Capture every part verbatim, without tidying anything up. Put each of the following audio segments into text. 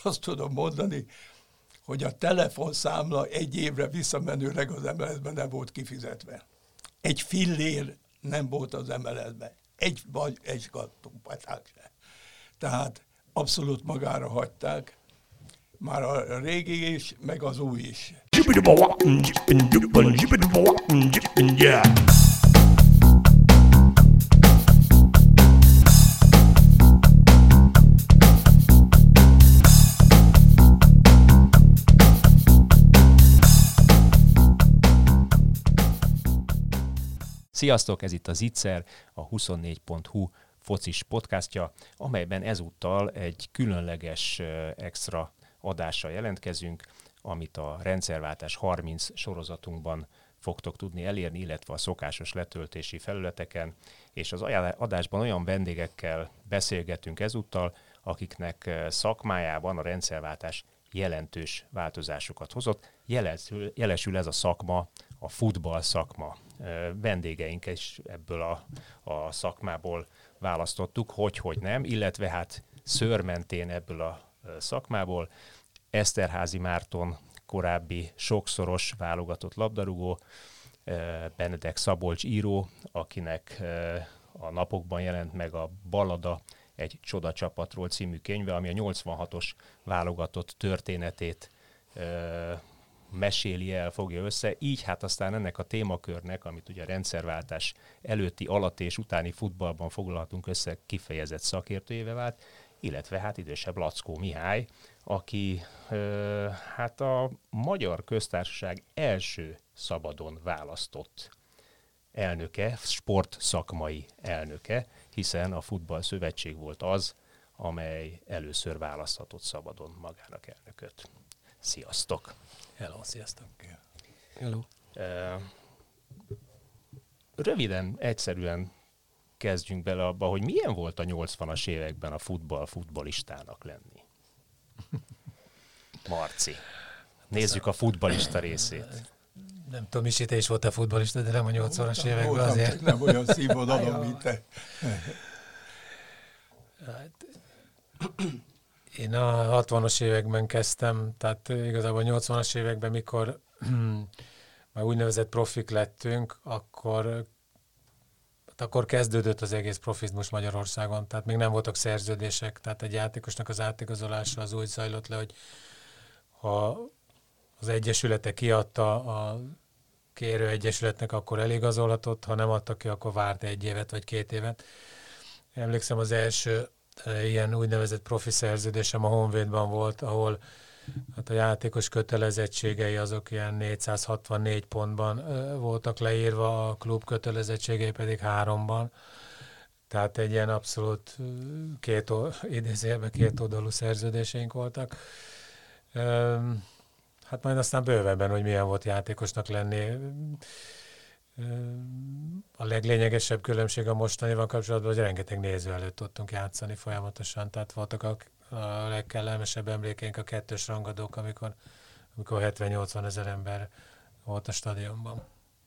azt tudom mondani, hogy a telefonszámla egy évre visszamenőleg az em el es-ben nem volt kifizetve. Egy fillér nem volt az em el es-ben. Egy vagy egy kattópaták se. Tehát abszolút magára hagyták. Már a régi is, meg az új is. Sziasztok, ez itt a Zicser, a huszonnégy pont hu focis podcastja, amelyben ezúttal egy különleges extra adással jelentkezünk, amit a rendszerváltás harminc sorozatunkban fogtok tudni elérni, illetve a szokásos letöltési felületeken, és az adásban olyan vendégekkel beszélgetünk ezúttal, akiknek szakmájában a rendszerváltás jelentős változásokat hozott. Jelesül, jelesül ez a szakma, a futball szakma. Vendégeink is ebből a, a szakmából választottuk, hogy-hogy nem, illetve hát szőrmentén ebből a szakmából Eszterházy Márton, korábbi sokszoros válogatott labdarúgó, Benedek Szabolcs író, akinek a napokban jelent meg a Ballada egy Csoda csapatról című könyve, ami a nyolcvanhatos válogatott történetét meséli el, fogja össze. Így hát aztán ennek a témakörnek, amit ugye a rendszerváltás előtti, alatti és utáni futballban foglalhatunk össze, kifejezett szakértőjévé vált, illetve hát idősebb Lackó Mihály, aki ö, hát a Magyar Köztársaság első szabadon választott elnöke, sportszakmai elnöke, hiszen a Futball Szövetség volt az, amely először választhatott szabadon magának elnököt. Sziasztok! Hello, sziasztok! Hello! Röviden, egyszerűen kezdjünk bele abba, hogy milyen volt a nyolcvanas években a futball futballistának lenni. Marci, nézzük a futballista részét. Nem tudom, Misi, te is voltál futballista, de nem a nyolcvanas években voltam, azért. Nem olyan színvonalon, mint te. Hát, én a hatvanas években kezdtem, tehát igazából a nyolcvanas években, mikor már úgynevezett profik lettünk, akkor, akkor kezdődött az egész profizmus Magyarországon, tehát még nem voltak szerződések, tehát egy játékosnak az átigazolása az úgy zajlott le, hogy ha az egyesülete kiadta a kérő egyesületnek, akkor eligazolhatott, ha nem adta ki, akkor várt egy évet vagy két évet. Emlékszem, az első ilyen úgynevezett profi szerződésem a Honvédban volt, ahol hát a játékos kötelezettségei azok ilyen négyszázhatvannégy pontban voltak leírva, a klub kötelezettségei pedig háromban. Tehát egy ilyen abszolút két, idézőjelben két oldalú szerződéseink voltak. Hát majd aztán bővebben, hogy milyen volt játékosnak lenni. A leglényegesebb különbség a mostanival kapcsolatban, hogy rengeteg néző előtt tudtunk játszani folyamatosan, tehát voltak a, a legkellemesebb emlékeink a kettős rangadók, amikor, amikor hetven-nyolcvan ezer ember volt a stadionban.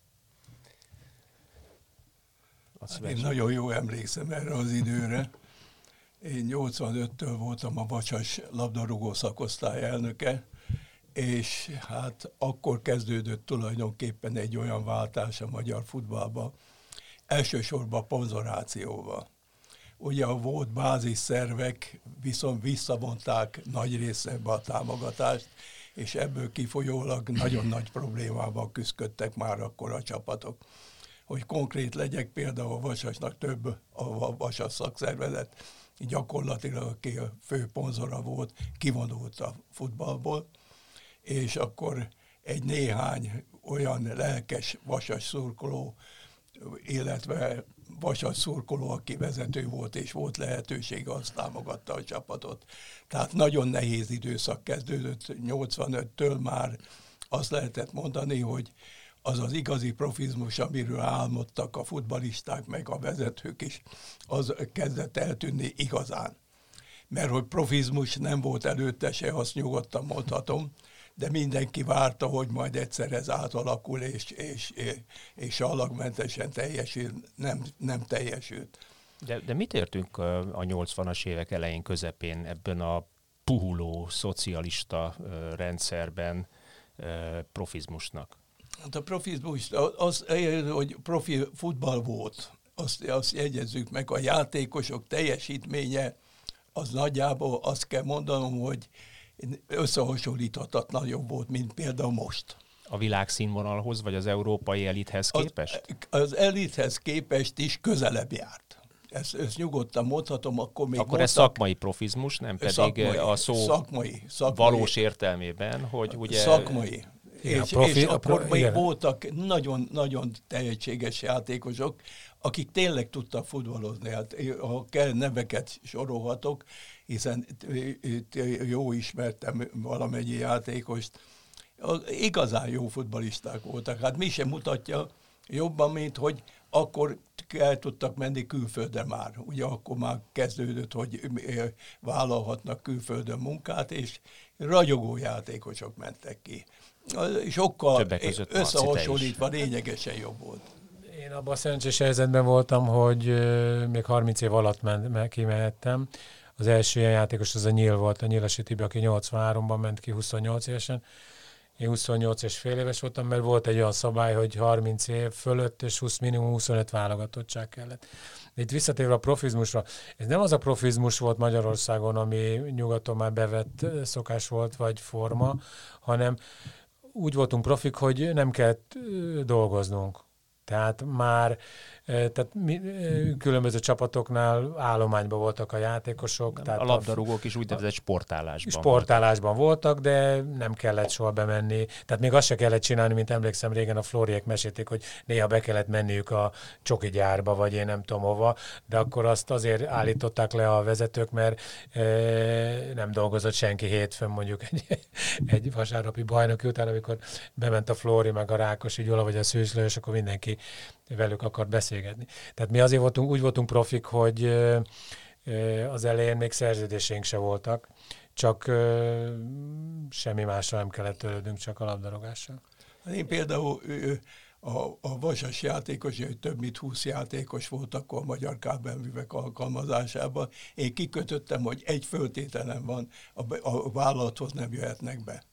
Hát én nagyon jó emlékszem erre az időre. Én nyolcvanöttől voltam a Vasas labdarúgó szakosztály elnöke, és hát akkor kezdődött tulajdonképpen egy olyan váltás a magyar futballban, elsősorban ponzorációval. Ugye a volt bázisszervek viszont visszavonták nagy részebe a támogatást, és ebből kifolyólag nagyon nagy problémával küzdöttek már akkor a csapatok. Hogy konkrét legyek, például a Vasasnak több a Vasas szakszervezet, gyakorlatilag aki a fő ponzora volt, kivonult a futballból, és akkor egy néhány olyan lelkes Vasas szurkoló, illetve Vasas szurkoló, aki vezető volt, és volt lehetősége, azt támogatta a csapatot. Tehát nagyon nehéz időszak kezdődött, nyolcvanöttől már azt lehetett mondani, hogy az az igazi profizmus, amiről álmodtak a futballisták, meg a vezetők is, az kezdett eltűnni igazán. Mert hogy profizmus nem volt előtte se, azt nyugodtan mondhatom, de mindenki várta, hogy majd egyszer ez átalakul, és, és, és allagmentesen teljesül, nem, nem teljesült. De, de mit értünk a nyolcvanas évek elején, közepén ebben a puhuló szocialista rendszerben profizmusnak? Hát a profizmus az, hogy profi futball volt, azt, azt jegyezzük meg, a játékosok teljesítménye az nagyjából azt kell mondanom, hogy összehasonlíthatatlan jobb volt, mint például most. A világszínvonalhoz, vagy az európai elithez képest? Az, az elithez képest is közelebb járt. Ezt, ezt nyugodtan mondhatom, akkor még Akkor voltak, ez szakmai profizmus, nem pedig szakmai, a szó szakmai, szakmai, valós értelmében, hogy ugye... Szakmai. Igen, és, profi, és akkor pro, még igen. voltak nagyon-nagyon tehetséges játékosok, akik tényleg tudtak futballozni. Hát, ha kell, neveket sorolhatok, hiszen jó ismertem valamennyi játékost. Igazán jó futballisták voltak. Hát mi sem mutatja jobban, mint hogy akkor el tudtak menni külföldre már. Ugye akkor már kezdődött, hogy vállalhatnak külföldön munkát, és ragyogó játékosok mentek ki. Sokkal összehasonlítva lényegesen jobb volt. Én abban a szerencsés helyzetben voltam, hogy még harminc év alatt ment, kimehettem. Az első ilyen játékos az a Nyíl volt, a Nyilasi Tibi, aki nyolcvanháromban ment ki huszonnyolc évesen. Én huszonnyolc és fél éves voltam, mert volt egy olyan szabály, hogy harminc év fölött és húsz, minimum huszonöt válogatottság kellett. De itt visszatérve a profizmusra, ez nem az a profizmus volt Magyarországon, ami nyugaton már bevett szokás volt, vagy forma, hanem úgy voltunk profik, hogy nem kellett dolgoznunk. Tehát már tehát mi, különböző csapatoknál állományban voltak a játékosok. Tehát a labdarúgók is úgynevezett sportállásban. Sportállásban voltak, de nem kellett soha bemenni. Tehát még azt se kellett csinálni, mint emlékszem régen a Flóriek mesélték, hogy néha be kellett menniük a csoki gyárba, vagy én nem tudom hova, de akkor azt azért állították le a vezetők, mert e, nem dolgozott senki hétfőn mondjuk egy, egy vasárnapi bajnoki után, amikor bement a Flóri, meg a Rákosi Gyula, vagy a Szűcs Lajos, akkor mindenki velük akart beszélgetni. Tehát mi azért voltunk, úgy voltunk profik, hogy az elején még szerződéseink se voltak, csak semmi másra nem kellett törődnünk, csak a labdarúgással. Én például a, a vasas játékos, hogy több mint húsz játékos volt akkor a magyar kábelművek alkalmazásában. Én kikötöttem, hogy egy föltételem van, a, a vállalathoz nem jöhetnek be.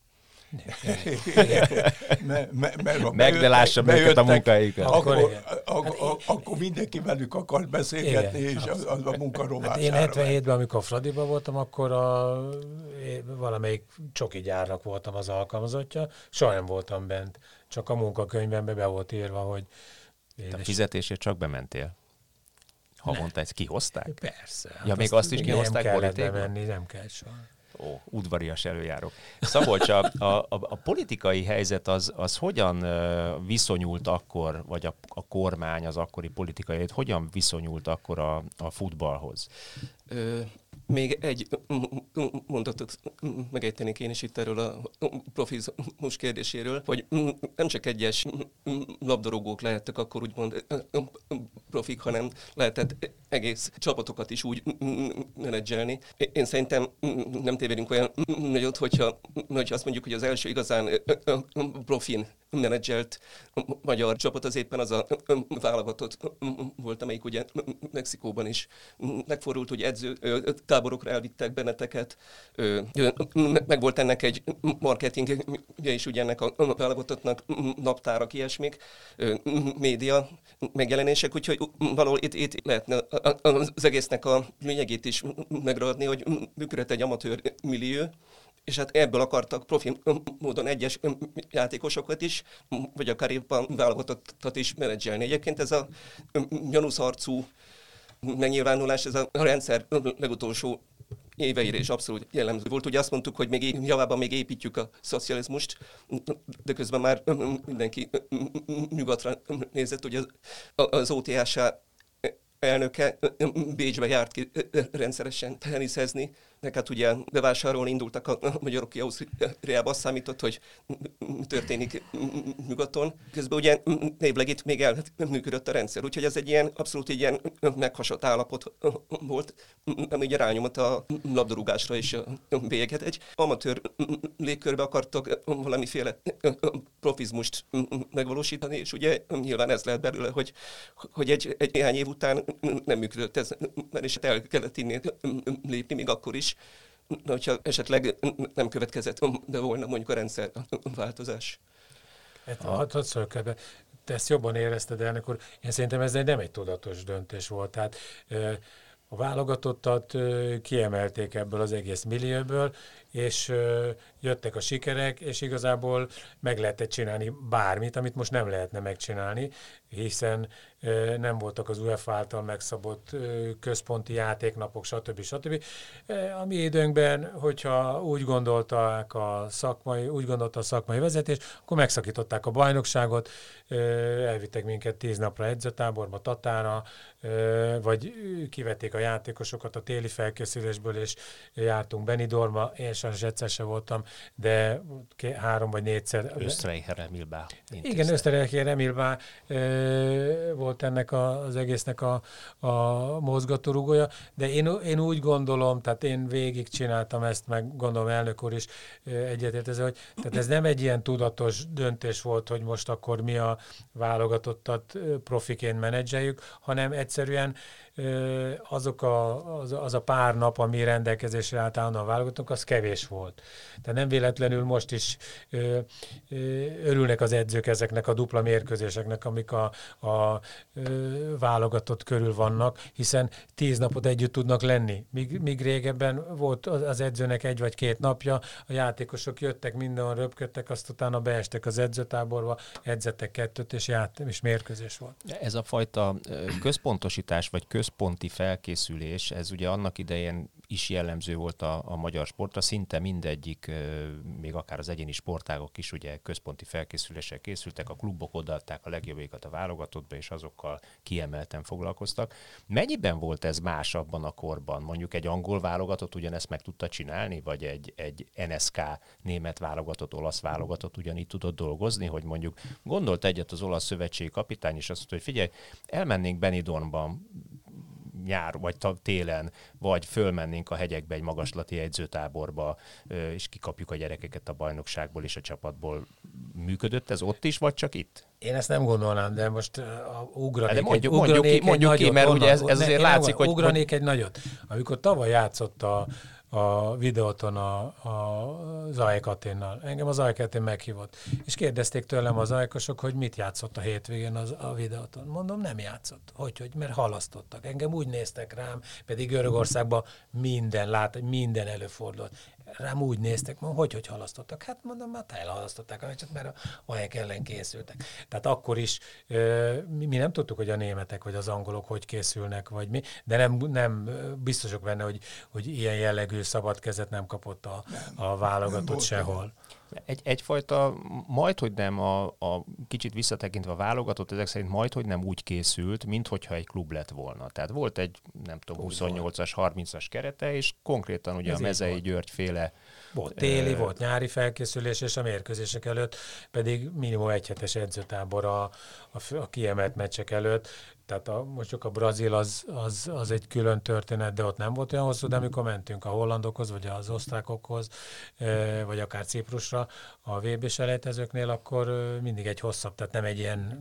me, me, me, Meg de lássam őket a munkahelyüket. Akkor, akkor, akkor, akkor mindenki velük akart beszélgetni, igen, és az, az a munka rovására. Hát én hetvenhétben, amikor Fradiban voltam, akkor a, valamelyik csoki gyárnak voltam az alkalmazottja, soha nem voltam bent. Csak a munkakönyvemben be volt írva, hogy... A fizetésért csak bementél? Havonta ezt kihozták? Persze. Ja, hát még azt, azt is kihozták politikában? Nem kellett bemenni, nem kell soha. Ó, udvarias előjárok. Szabolcs, a, a, a politikai helyzet az, az hogyan viszonyult akkor, vagy a, a kormány, az akkori politikai helyzet, hogyan viszonyult akkor a, a futballhoz? Ö, még egy mondatot megejtenék én is itt erről a profizmus kérdéséről, hogy nem csak egyes labdarúgók lehettek akkor úgymond profik, hanem lehetett egész csapatokat is úgy menedzselni. Én szerintem nem tévedünk olyan nagyot, hogyha, hogyha azt mondjuk, hogy az első igazán profin menedzselt magyar csapat az éppen az a válogatott volt, amelyik ugye Mexikóban is megfordult, hogy edző táborokra elvittek benneteket. Meg volt ennek egy marketingje is ugye ennek a válogatottnak, naptárak, ilyesmik, média megjelenések, úgyhogy valahol itt, itt lehetne az egésznek a lényegét is megragadni, hogy működött egy amatőr millió, és hát ebből akartak profi módon egyes játékosokat is, vagy akár éppen válogatottat is menedzselni. Egyébként ez a gyanús arcú megnyilvánulás, ez a rendszer legutolsó éveire is abszolút jellemző volt. Ugye azt mondtuk, hogy még javában még építjük a szocializmust, de közben már mindenki nyugatra nézett, hogy az, az o té há es elnöke Bécsbe járt ki rendszeresen teniszezni, meg hát ugye bevásárolni indultak a magyarok ki Ausztriába, azt számított, hogy történik nyugaton. Közben ugye névleg itt még elműködött a rendszer, úgyhogy ez egy ilyen abszolút egy ilyen meghasadt állapot volt, ami ugye rányomott a labdarúgásra és a bélyeget. Egy amatőr légkörbe akartak valamiféle profizmust megvalósítani, és ugye nyilván ez lehet belőle, hogy, hogy egy, egy néhány év után nem működött ez, mert is el kellett innen lépni, még akkor is, hogyha esetleg nem következett de volna mondjuk a rendszerváltozás. Hát, hadd hadd szóljak ebbe. Te ezt jobban érezted, elnök úr. Én szerintem ez nem egy tudatos döntés volt. Tehát a válogatottat kiemelték ebből az egész millióból, és jöttek a sikerek, és igazából meg lehetett csinálni bármit, amit most nem lehetne megcsinálni, hiszen nem voltak az UEFA által megszabott központi játéknapok, stb. stb. A mi időnkben, hogyha úgy gondolták a szakmai, úgy gondolta a szakmai vezetés, akkor megszakították a bajnokságot, elvittek minket tíz napra edzőtáborba, Tatára, vagy kivették a játékosokat a téli felkészülésből, és jártunk Benidormba, én sajnos egyszer sem voltam, de három vagy négyszer. Österreicher Emilbá. Igen, Österreicher Emilbá volt ennek a, az egésznek a, a mozgatórugója, de én, én úgy gondolom, tehát én végig csináltam ezt, meg gondolom elnök úr is egyetért ezzel, hogy tehát ez nem egy ilyen tudatos döntés volt, hogy most akkor mi a válogatottat profiként menedzseljük, hanem egyszerűen azok a, az, az a pár nap, ami rendelkezésre állt állandóan válogatunk, az kevés volt. Tehát nem véletlenül most is ö, ö, örülnek az edzők ezeknek a dupla mérkőzéseknek, amik a, a ö, válogatott körül vannak, hiszen tíz napot együtt tudnak lenni. Míg, míg régebben volt az edzőnek egy vagy két napja, a játékosok jöttek, mindenhol röpködtek, azt utána beestek az edzőtáborba, edzettek kettőt, és, ját, és mérkőzés volt. Ez a fajta központosítás, vagy központi felkészülés, ez ugye annak idején is jellemző volt a, a magyar sportra, szinte mindegyik, még akár az egyéni sportágok is ugye központi felkészüléssel készültek, a klubok odaadták a legjobbékat a válogatottba, és azokkal kiemelten foglalkoztak. Mennyiben volt ez más abban a korban? Mondjuk egy angol válogatott ugyanezt meg tudta csinálni, vagy egy, egy en es ká német válogatott, olasz válogatott ugyanígy tudott dolgozni, hogy mondjuk gondolt egyet az olasz szövetségi kapitány, és azt mondta, hogy figyelj, elmennénk Benidormban nyár, vagy télen, vagy fölmennénk a hegyekbe egy magaslati edzőtáborba, és kikapjuk a gyerekeket a bajnokságból és a csapatból. Működött ez ott is, vagy csak itt? Én ezt nem gondolnám, de most uh, ugranék, de mondjuk, egy, mondjuk ugranék ki, mondjuk egy ki, nagyot, mert onnan, ugye ez, ez ne, azért látszik, hogy... Ugranék hogy... egy nagyot. Amikor tavaly játszott a, a videóton a, a, az á e ká Aténnal, engem az á e ká Atén meghívott, és kérdezték tőlem az ájkosok, hogy mit játszott a hétvégén az, a videóton. Mondom, nem játszott. Hogy, hogy, mert halasztottak. Engem úgy néztek rám, pedig Görögországban minden lát, minden előfordult. Rám úgy néztek, mondom, hogy, hogy halasztottak. Hát mondom, már elhalasztották a meccset, mert a hajek ellen készültek. Tehát akkor is mi, mi nem tudtuk, hogy a németek vagy az angolok hogy készülnek, vagy mi, de nem, nem biztosok benne, hogy, hogy ilyen jellegű szabad kezet nem kapott a, a válogatott sehol. Egy, egyfajta, majdhogy nem a, a kicsit visszatekintve a válogatott, ezek szerint majdhogy nem úgy készült, mint hogyha egy klub lett volna. Tehát volt egy, nem tudom, huszonnyolcas, harmincas kerete, és konkrétan ugye ez a Mezei György féle... Volt téli, uh, volt nyári felkészülés, és a mérkőzések előtt pedig minimum egy hetes edzőtábor a, a, a kiemelt meccsek előtt. Tehát a, most csak a Brazil az, az, az egy külön történet, de ott nem volt olyan hosszú, de amikor mentünk a hollandokhoz, vagy az osztrákokhoz, vagy akár Ciprusra a vé bé-selejtezőknél, akkor mindig egy hosszabb, tehát nem egy ilyen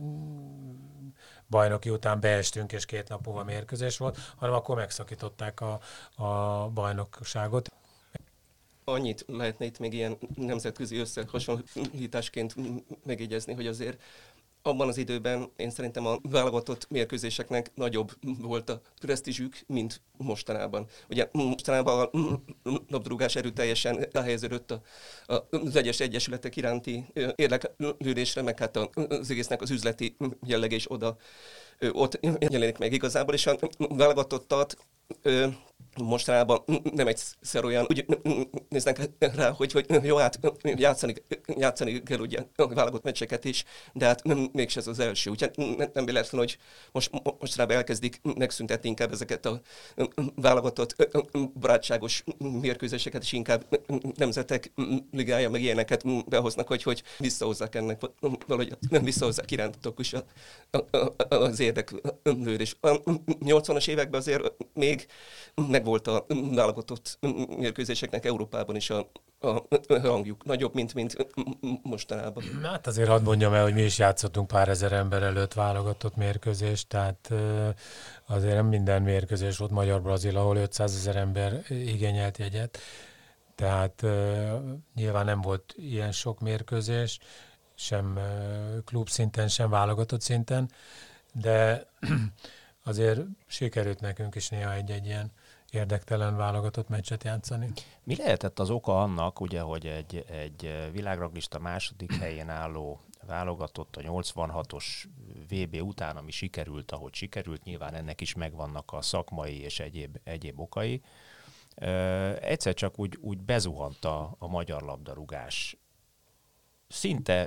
bajnoki után beestünk, és két nap múlva mérkőzés volt, hanem akkor megszakították a, a bajnokságot. Annyit lehetne itt még ilyen nemzetközi összehasonlításként megjegyezni, hogy azért abban az időben én szerintem a válogatott mérkőzéseknek nagyobb volt a presztízsük, mint mostanában. Ugye mostanában a labdarúgás erőteljesen ráhelyeződött az egyes egyesületek iránti érdeklődésre, meg hát az egésznek az üzleti jellege is oda ott jelenik meg igazából, és a válogatottat mostanában nem egyszer olyan, úgy néznek rá, hogy, hogy jó, hát játszani, játszani kell ugye válogatott meccseket is, de hát mégse ez az első. Úgyhogy nem véletlen, hogy most, mostanában elkezdik megszüntetni inkább ezeket a válogatott barátságos mérkőzéseket, és inkább nemzetek ligája, meg ilyeneket behoznak, hogy, hogy visszahozzák ennek, valahogy nem visszahozzák irántatok is a, a, a, az érdeklődés. A nyolcvanas években azért még megvolt a válogatott mérkőzéseknek Európában is a, a hangjuk. Nagyobb, mint, mint mostanában. Hát azért hadd mondjam el, hogy mi is játszottunk pár ezer ember előtt válogatott mérkőzést, tehát azért nem minden mérkőzés volt Magyar-Brazil, ahol ötszázezer ember igényelt jegyet. Tehát uh, nyilván nem volt ilyen sok mérkőzés, sem uh, klub szinten, sem válogatott szinten, de azért sikerült nekünk is néha egy-egy ilyen érdektelen válogatott meccset játszani. Mi lehetett az oka annak, ugye, hogy egy, egy világranglista második helyén álló válogatott a nyolcvanhatos vé bé után, ami sikerült, ahogy sikerült, nyilván ennek is megvannak a szakmai és egyéb, egyéb okai. Ö, egyszer csak úgy, úgy bezuhant a, a magyar labdarúgás. Szinte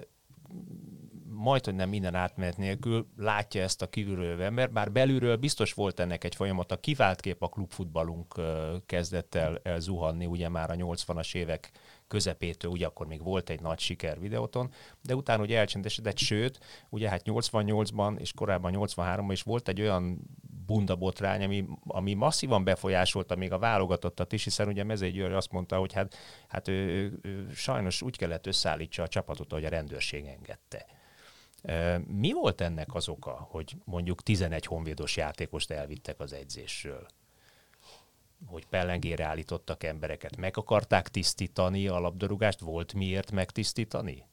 majd, hogy nem minden átmenet nélkül látja ezt a kívülről ember, bár belülről biztos volt ennek egy folyamat, a kiváltképp a klubfutballunk kezdett el, el zuhanni, ugye már a nyolcvanas évek közepétől, ugye akkor még volt egy nagy siker videóton, de utána ugye elcsendesedett, sőt, ugye hát nyolcvannyolcban és korábban nyolcvanháromban is volt egy olyan bundabotrány, ami, ami masszívan befolyásolta még a válogatottat is, hiszen ugye Mezei György azt mondta, hogy hát, hát ő, ő, ő sajnos úgy kellett összeállítsa a csapatot, hogy a rendőrség engedte. Mi volt ennek az oka, hogy mondjuk tizenegy honvédos játékost elvittek az edzésről? Hogy pellengére állítottak embereket, meg akarták tisztítani a labdarúgást? Volt miért megtisztítani?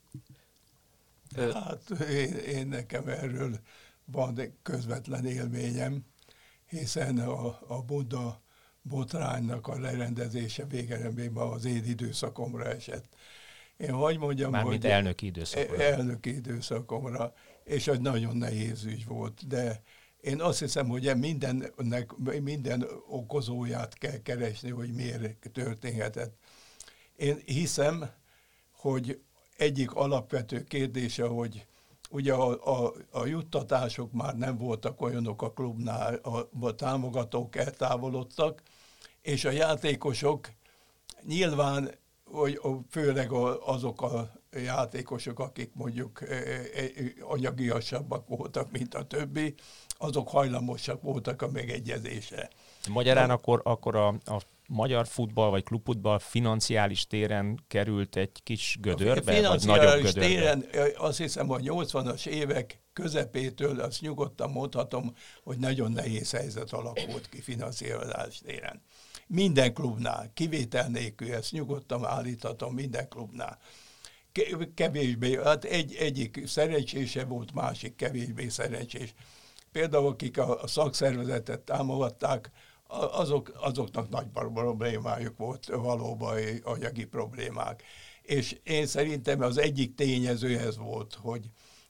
Hát én, én nekem erről van közvetlen élményem, hiszen a, a Bunda botránynak a lerendezése végeredményben az én időszakomra esett. Én hogy mondjam, Mármint hogy elnöki időszakomra. Elnöki időszakomra, és egy nagyon nehéz ügy volt, de én azt hiszem, hogy mindennek, minden okozóját kell keresni, hogy miért történhetett. Én hiszem, hogy egyik alapvető kérdése, hogy ugye a, a, a juttatások már nem voltak olyanok a klubnál, a, a támogatók eltávolodtak, és a játékosok nyilván, hogy főleg azok a játékosok, akik mondjuk anyagiasabbak voltak, mint a többi, azok hajlamosak voltak a megegyezésre. Magyarán Na, akkor, akkor a, a magyar futball vagy klubfutball financiális téren került egy kis gödörbe, vagy nagyobb gödörbe? Téren azt hiszem, hogy nyolcvanas évek közepétől azt nyugodtan mondhatom, hogy nagyon nehéz helyzet alakult ki financiálás téren. Minden klubnál, kivétel nélkül, ezt nyugodtan állíthatom, minden klubnál. Kevésbé, hát egy, egyik szerencsése volt, másik kevésbé szerencsés. Például akik a, a szakszervezetet támogatták, azok, azoknak nagy problémájuk volt valóban, anyagi problémák. És én szerintem az egyik tényező ez volt, hogy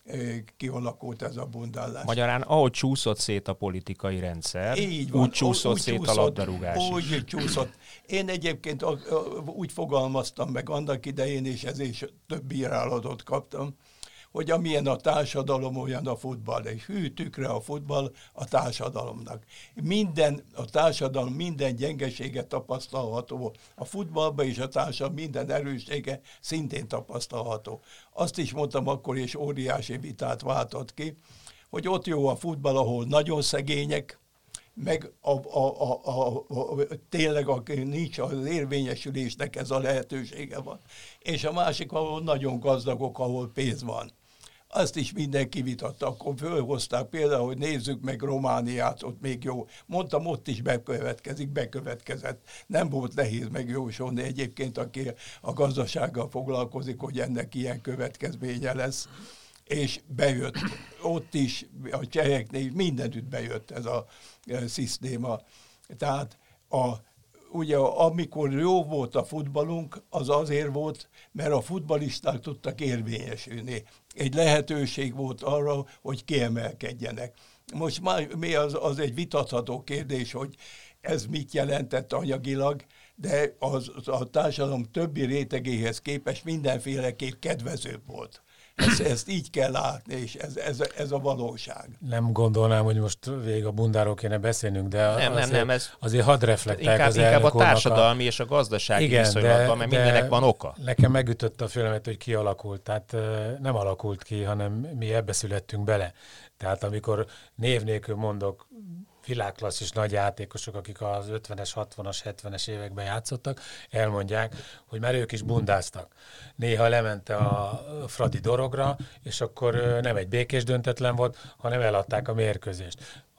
kialakult ez a bundázás. Magyarán, ahogy csúszott szét a politikai rendszer, így van, úgy csúszott úgy szét csúszott, a labdarúgás úgy is. csúszott. Én egyébként úgy fogalmaztam meg annak idején, és ezért több bírálatot kaptam, hogy amilyen a társadalom, olyan a futball, és hű tükre a futball a társadalomnak. Minden, a társadalom minden gyengesége tapasztalható. A futballban és a társadalom minden erőssége szintén tapasztalható. Azt is mondtam akkor, és óriási vitát váltott ki, hogy ott jó a futball, ahol nagyon szegények, meg a, a, a, a, a, tényleg a, nincs az érvényesülésnek ez a lehetősége van. És a másik, ahol nagyon gazdagok, ahol pénz van. Azt is mindenki vitatta, akkor fölhozták például, hogy nézzük meg Romániát, ott még jó. Mondtam, ott is bekövetkezik, bekövetkezett. Nem volt nehéz megjósolni egyébként, aki a gazdasággal foglalkozik, hogy ennek ilyen következménye lesz. És bejött, ott is, a cseheknél mindenütt bejött ez a szisztéma. Tehát a, ugye amikor jó volt a futballunk, az azért volt, mert a futballisták tudtak érvényesülni. Egy lehetőség volt arra, hogy kiemelkedjenek. Most már mi az, az egy vitatható kérdés, hogy ez mit jelentett anyagilag, de az, a társadalom többi rétegéhez képest mindenféleképp kedvezőbb volt. Ezt, ezt így kell látni, és ez, ez, ez a valóság. Nem gondolnám, hogy most végig a bundáról kéne beszélnünk, de nem, azért, nem, nem, ez azért hadd reflektálj inkább, az inkább a társadalmi a... és a gazdasági Igen, viszonylatban, mert mindennek van oka. Nekem megütötte a fülemet, hogy ki alakult. Tehát nem alakult ki, hanem mi ebbe születtünk bele. Tehát amikor név nélkül mondok világklasszis nagy játékosok, akik az ötvenes, hatvanas, hetvenes években játszottak, elmondják, hogy már ők is bundáztak. Néha lemente a Fradi Dorogra, és akkor nem egy békés döntetlen volt, hanem eladták a mérkőzést.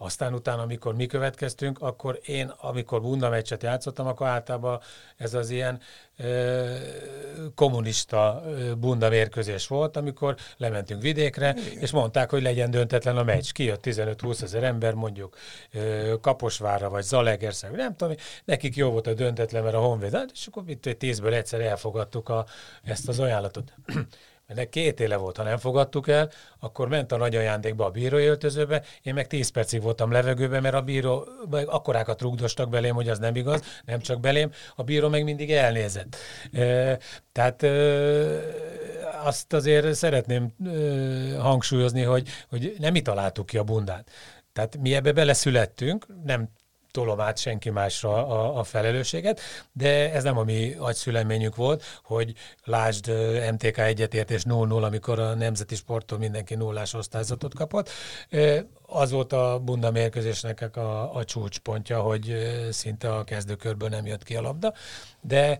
Aztán utána, amikor mi következtünk, akkor én, amikor Bunda meccset játszottam, akkor általában ez az ilyen ö, kommunista ö, Bunda mérkőzés volt, amikor lementünk vidékre, igen. és mondták, hogy legyen döntetlen a meccs. Kijött tizenöt-húsz ezer ember, mondjuk ö, Kaposvárra, vagy Zalaegerszeg, nem tudom, nekik jó volt a döntetlen, mert a Honvéd, és akkor itt tízből egyszer elfogadtuk a, ezt az ajánlatot. Ennek két éle volt, ha nem fogadtuk el, akkor ment a nagy ajándékba a bírói öltözőbe, én meg tíz percig voltam levegőben, mert a bíró akkorákat rugdostak belém, hogy az nem igaz, nem csak belém, a bíró meg mindig elnézett. E, tehát e, azt azért szeretném e, hangsúlyozni, hogy, hogy nem mi találtuk ki a Bundát. Tehát mi ebbe beleszülettünk, nem tolom át senki másra a, a felelősséget, de ez nem a mi agyszüleményünk volt, hogy lásd em té ká egyetértés nulla nulla, amikor a nemzeti sporttól mindenki nullás osztályzatot kapott. Az volt a Bunda mérkőzésnek a, a csúcspontja, hogy szinte a kezdőkörből nem jött ki a labda, de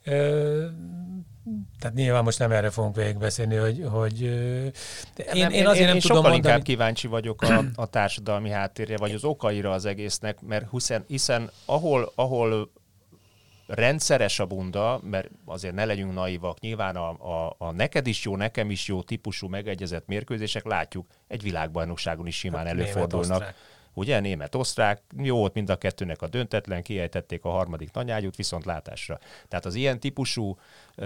tehát nyilván most nem erre fogunk végigbeszélni, hogy, hogy én, nem, én azért én, nem én tudom sokkal mondani. inkább kíváncsi vagyok a, a társadalmi háttérre, vagy az okaira az egésznek, mert hiszen, hiszen ahol, ahol rendszeres a Bunda, mert azért ne legyünk naivak, nyilván a, a, a neked is jó, nekem is jó típusú megegyezett mérkőzések, látjuk, egy világbajnokságon is simán hát előfordulnak. Ugye, német-osztrák, jó volt mind a kettőnek a döntetlen, kiejtették a harmadik nagyágyút viszontlátásra. Tehát az ilyen típusú,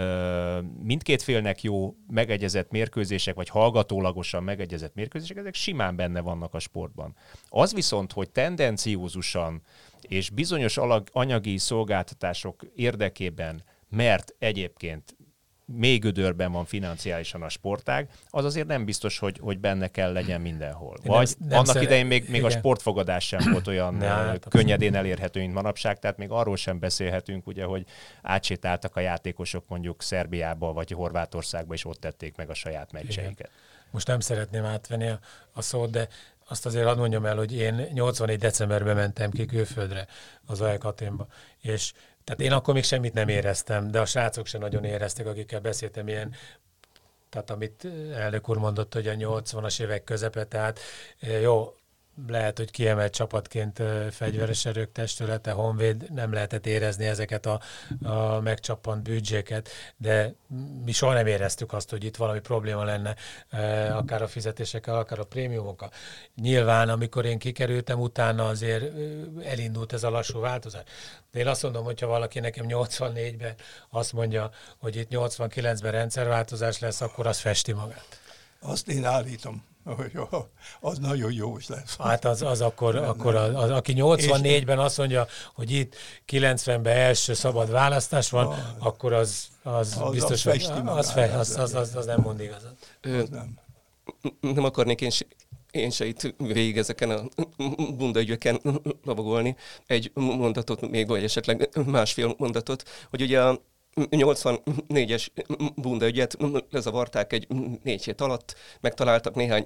mindkét félnek jó megegyezett mérkőzések, vagy hallgatólagosan megegyezett mérkőzések, ezek simán benne vannak a sportban. Az viszont, hogy tendenciózusan és bizonyos anyagi szolgáltatások érdekében, mert egyébként még gödörben van financiálisan a sportág, az azért nem biztos, hogy, hogy benne kell legyen mindenhol. Vagy nem, nem annak szere... idején még, még a sportfogadás sem volt olyan ne, könnyedén elérhető, mint manapság, tehát még arról sem beszélhetünk, ugye, hogy átsétáltak a játékosok mondjuk Szerbiába, vagy Horvátországba, és ott tették meg a saját meccseiket. Igen. Most nem szeretném átvenni a, a szót, de azt azért hadd mondjam el, hogy én nyolcvanégy decemberben mentem ki külföldre az á e ká Athénba, és tehát én akkor még semmit nem éreztem, de a srácok sem nagyon éreztek, akikkel beszéltem, ilyen, tehát amit elnök úr mondott, hogy a nyolcvanas évek közepe, tehát jó, lehet, hogy kiemelt csapatként fegyveres erők testülete, Honvéd, nem lehetett érezni ezeket a, a megcsappant büdzséket, de mi soha nem éreztük azt, hogy itt valami probléma lenne, akár a fizetésekkel, akár a prémiumokkal. Nyilván, amikor én kikerültem, utána azért elindult ez a lassú változás. De én azt mondom, hogyha valaki nekem nyolcvannégyben azt mondja, hogy itt nyolcvankilencben rendszerváltozás lesz, akkor az festi magát. Azt én állítom, hogy az nagyon jó is lesz. Hát az, az akkor, nem, akkor az, az, aki nyolcvannégyben azt mondja, hogy itt kilencvenben első szabad választás van, az, akkor az, az, az biztos, hogy az, az, fe, az, az, az, az nem mond igazat. Ö, nem. nem akarnék én, én se itt végig ezeken a Bunda ügyeken lavagolni. Egy mondatot még, vagy esetleg másfél mondatot, hogy ugye a nyolcvannégyes Bunda ügyet lezavarták egy négy hét alatt, megtaláltak néhány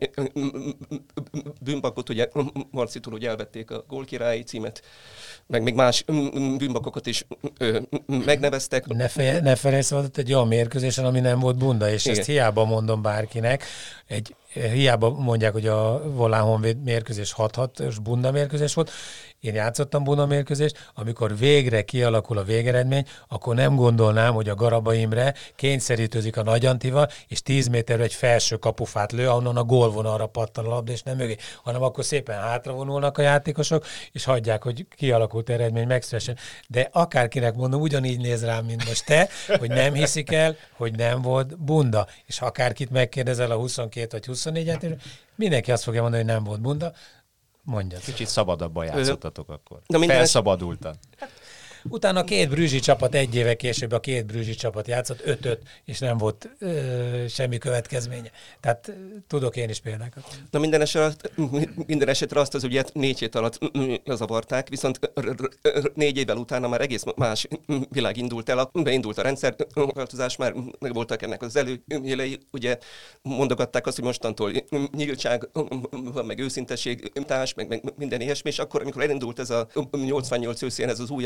bűnbakot, ugye Marcitól ugye elvették a gólkirályi címet, meg még más bűnbakokat is megneveztek. Ne, fe, ne felejtsd, volt egy olyan mérkőzésen, ami nem volt Bunda, és igen. Ezt hiába mondom bárkinek, egy, hiába mondják, hogy a Volán Honvéd mérkőzés hat hatos Bunda mérkőzés volt, én játszottam Bunda mérkőzést, amikor végre kialakul a végeredmény, akkor nem gondolnám, hogy a Garaba Imre kényszerítőzik a Nagy Antival, és tíz méterre egy felső kapufát lő, ahonnan a gólvonalra pattan a labda, és nem mögé, hanem akkor szépen hátravonulnak a játékosok, és hagyják, hogy kialakult eredmény megszülessen. De akárkinek mondom, ugyanígy néz rám, mint most te, hogy nem hiszik el, hogy nem volt Bunda. És ha akárkit megkérdezel a huszonkét vagy huszonnégy, mindenki azt fogja mondani, hogy nem volt Bunda. Mondjad. Kicsit szabadabban játszottatok akkor. Felszabadultan. Utána a két brüzsi csapat egy éve később a két brüzsi csapat játszott öt-öt, és nem volt ö, semmi következménye. Tehát tudok én is példákat. Na minden esetre, minden esetre azt az ügyet négy hét alatt lezavarták, viszont négy évvel utána már egész más világ indult el, beindult a rendszerváltozás, már meg voltak ennek az előjelei, ugye mondogatták azt, hogy mostantól nyíltság, van meg őszintesség, társ, meg, meg minden ilyesmi, és akkor, amikor elindult ez a nyolcvannyolc őszén ez az újabb ügy,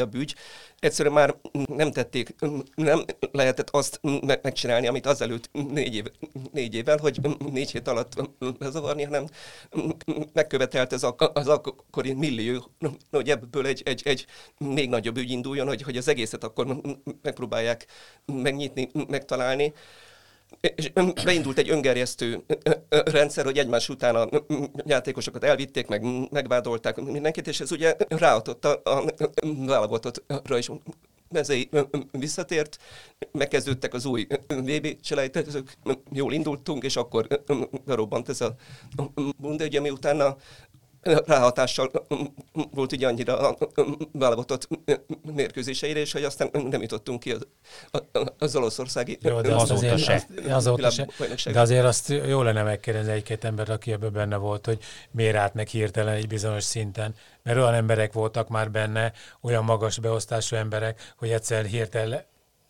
egyszerűen már nem tették, nem lehetett azt megcsinálni, amit azelőtt négy, év, négy évvel, hogy négy hét alatt lezavarni, hanem megkövetelt ez az akkori millió, hogy ebből egy, egy, egy még nagyobb ügy induljon, hogy, hogy az egészet akkor megpróbálják megnyitni, megtalálni. És beindult egy öngerjesztő rendszer, hogy egymás után a játékosokat elvitték, meg megvádolták mindenkit, és ez ugye ráadott a, a válogatottra is. Mezei visszatért, megkezdődtek az új vé bé selejtezők, jól indultunk, és akkor robbant ez a bunda, ugye miután a ráhatással volt ugye annyira a válogatott mérkőzéseire, és hogy aztán nem jutottunk ki az, az Olaszországi Jó, de az azért, se. Azóta se. De azért azt jó lenne megkérdezni egy-két embert, aki ebben benne volt, hogy miért állt meg hirtelen egy bizonyos szinten. Mert olyan emberek voltak már benne, olyan magas beosztású emberek, hogy egyszer hirtelen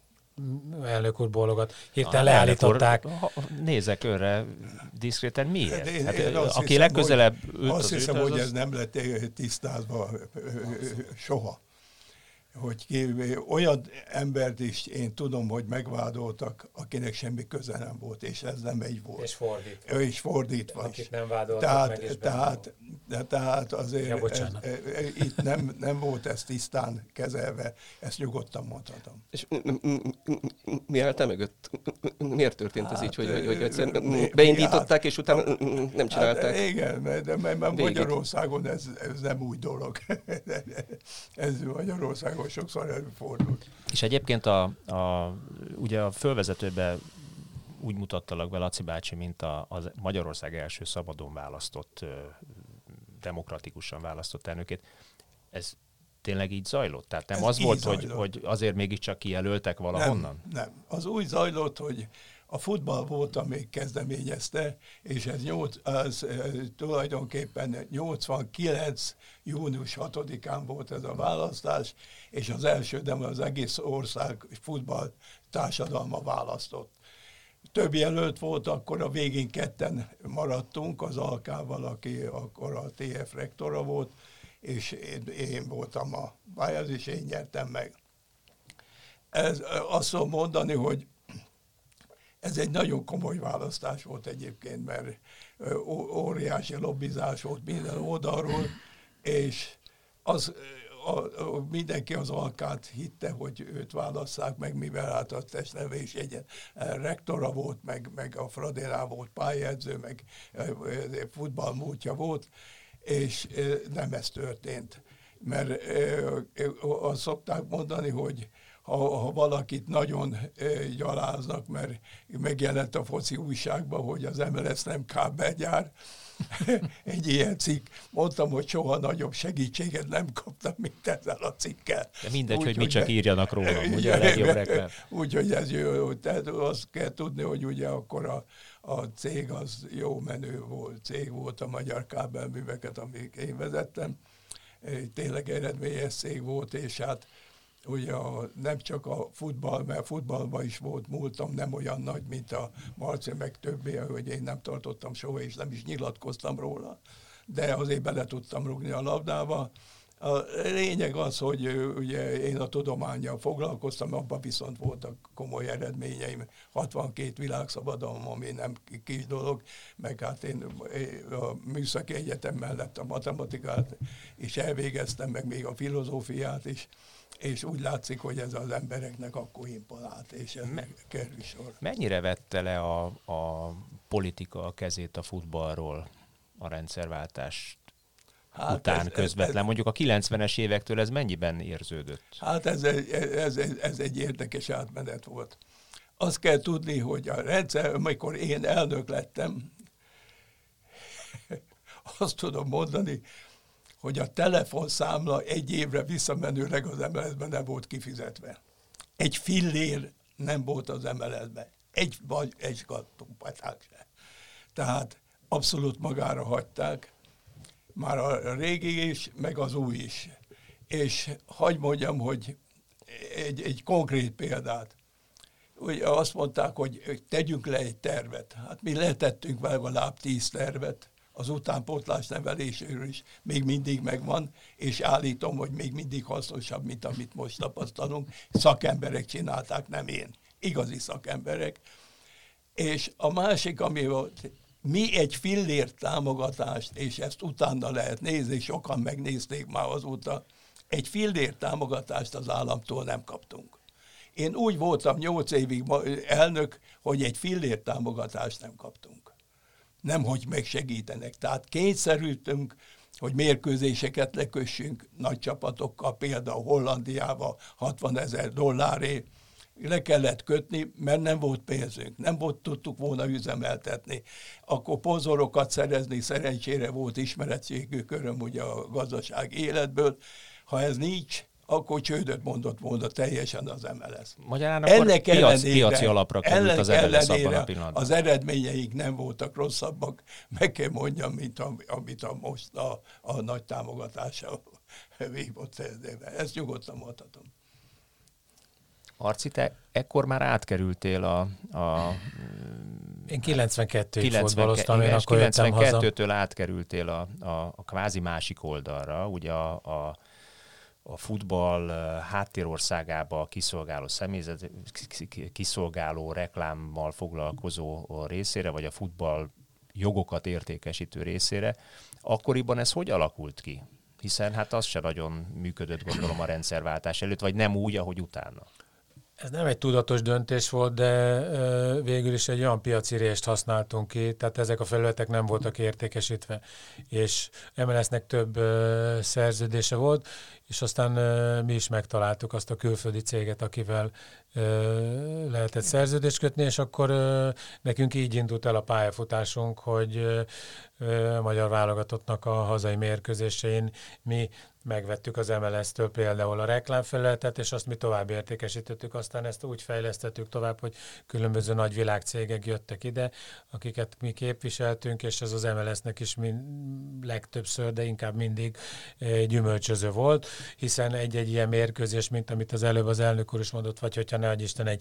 elnök úr bólogat, hirtelen leállították. Úr, nézek önre diszkréten, miért? Én, hát, én aki hiszem, legközelebb hogy, azt hiszem, ütözött, hogy az... ez nem lett tisztázva soha. Hogy ki, olyan embert is én tudom, hogy megvádoltak, akinek semmi köze nem volt, és ez nem így volt. És fordítva. Ő is fordítva. Akit nem vádoltak tehát, meg, és tehát, de, tehát azért ja, ez, itt nem, nem volt ez tisztán kezelve, ezt nyugodtan mondhatom. És mi állt mögött? Miért történt hát, ez így, hogy, hogy, hogy egyszerűen mi, beindították, hát, és utána nem csinálták? Hát, igen, de mert Magyarországon ez, ez nem új dolog. Ez Magyarországon sokszor előfordult. És egyébként a, a, ugye a fölvezetőben úgy mutattalak be, Laci bácsi, mint a, a Magyarország első szabadon választott, demokratikusan választott elnökét. Ez tényleg így zajlott? Tehát nem ez az volt, hogy, hogy azért mégiscsak kijelöltek valahonnan? Nem, nem. Az úgy zajlott, hogy a futball volt, amíg kezdeményezte, és ez, nyolc, ez tulajdonképpen nyolcvankilenc június hatodikán volt ez a választás, és az első, de az egész ország futball társadalma választott. Több jelölt volt, akkor a végén ketten maradtunk, az Alkával, aki akkor a té ef rektora volt, és én, én voltam a pályázó, és én nyertem meg. Ez, azt tudom mondani, hogy ez egy nagyon komoly választás volt egyébként, mert óriási lobbizás volt minden oldalról, és az, a, a, mindenki az Alkát hitte, hogy őt válasszák meg, mivel hát a testnevelés egy rektora volt, meg, meg a Fradénál volt pályázó, meg futballmúltja volt, és nem ez történt. Mert azt szokták mondani, hogy Ha, ha valakit nagyon e, gyaláznak, mert megjelent a foci újságban, hogy az em el es nem kábelgyár, egy ilyen cikk. Mondtam, hogy soha nagyobb segítséget nem kaptam, mint ezzel a cikkel. De mindegy, úgy, hogy mit csak írjanak róla, ugye a legjobb reklám. Úgyhogy ez jó. Tehát azt kell tudni, hogy ugye akkor a, a cég az jó menő volt, cég volt, a Magyar Kábelműveket, amik én vezettem. Tényleg eredményes cég volt, és hát ugye a, nem csak a futball, mert futballban is volt múltam, nem olyan nagy, mint a Marci, meg többé, hogy én nem tartottam soha, és nem is nyilatkoztam róla, de azért bele tudtam rúgni a labdába. A lényeg az, hogy ugye én a tudománnyal foglalkoztam, abban viszont voltak komoly eredményeim, hatvankét világszabadalom, ami nem kis dolog, meg hát én a Műszaki Egyetem mellett a matematikát is elvégeztem, meg még a filozófiát is, és úgy látszik, hogy ez az embereknek akkor imponált, és ez meg kerül sor. Mennyire vette le a, a politika a kezét a futballról a rendszerváltás hát után ez, közvetlen? Ez, Mondjuk a kilencvenes évektől ez mennyiben érződött? Hát ez, ez, ez, ez egy érdekes átmenet volt. Azt kell tudni, hogy a rendszer, amikor én elnök lettem, azt tudom mondani, hogy a telefonszámla egy évre visszamenőleg az em el es-ben nem volt kifizetve. Egy fillér nem volt az em el es-ben. Egy vagy egy kattópaták se. Tehát abszolút magára hagyták. Már a régi is, meg az új is. És hadd mondjam, hogy egy, egy konkrét példát. Ugye azt mondták, hogy tegyünk le egy tervet. Hát mi letettünk legalább tíz tervet, az utánpótlás neveléséről is még mindig megvan, és állítom, hogy még mindig hasznosabb, mint amit most tapasztalunk. Szakemberek csinálták, nem én. Igazi szakemberek. És a másik, ami volt, mi egy fillér támogatást, és ezt utána lehet nézni, sokan megnézték már azóta, egy fillér támogatást az államtól nem kaptunk. Én úgy voltam nyolc évig elnök, hogy egy fillér támogatást nem kaptunk. Nem, hogy megsegítenek. Tehát kényszerültünk, hogy mérkőzéseket lekössünk nagy csapatokkal, például Hollandiával hatvanezer dolláré, le kellett kötni, mert nem volt pénzünk, nem volt, tudtuk volna üzemeltetni. Akkor pozorokat szerezni, szerencsére volt ismeretségű köröm ugye a gazdasági életből. Ha ez nincs, akkor csődöt mondott volna teljesen az em el es. Magyarán akkor ennek piac, ellenére, piaci alapra került az em el es abban a pillanatban. Az eredményeik nem voltak rosszabbak, meg kell mondjam, mint amit a most a, a nagy támogatása vívott. Ezt nyugodtan mondhatom. Arci, te ekkor már átkerültél a... a én kilencvenkettőig fotballoztam, én akkor jöttem haza. kilencvenkettőtől átkerültél a, a, a kvázi másik oldalra, ugye a, a, a futball háttérországába kiszolgáló személyzet, kiszolgáló reklámmal foglalkozó részére, vagy a futball jogokat értékesítő részére. Akkoriban ez hogy alakult ki? Hiszen hát az se nagyon működött, gondolom, a rendszerváltás előtt, vagy nem úgy, ahogy utána. Ez nem egy tudatos döntés volt, de végül is egy olyan piaci részt használtunk ki, tehát ezek a felületek nem voltak értékesítve, és em el es-nek több szerződése volt, és aztán mi is megtaláltuk azt a külföldi céget, akivel lehetett szerződést kötni, és akkor nekünk így indult el a pályafutásunk, hogy a magyar válogatottnak a hazai mérkőzésein mi megvettük az em el es-től például a reklámfelületet, és azt mi tovább értékesítettük, aztán ezt úgy fejlesztettük tovább, hogy különböző nagy világcégek jöttek ide, akiket mi képviseltünk, és ez az em el es-nek is mind, legtöbbször, de inkább mindig gyümölcsöző volt, hiszen egy-egy ilyen mérkőzés, mint amit az előbb az elnök úr is mondott, vagy hogyha ne adj Isten, egy,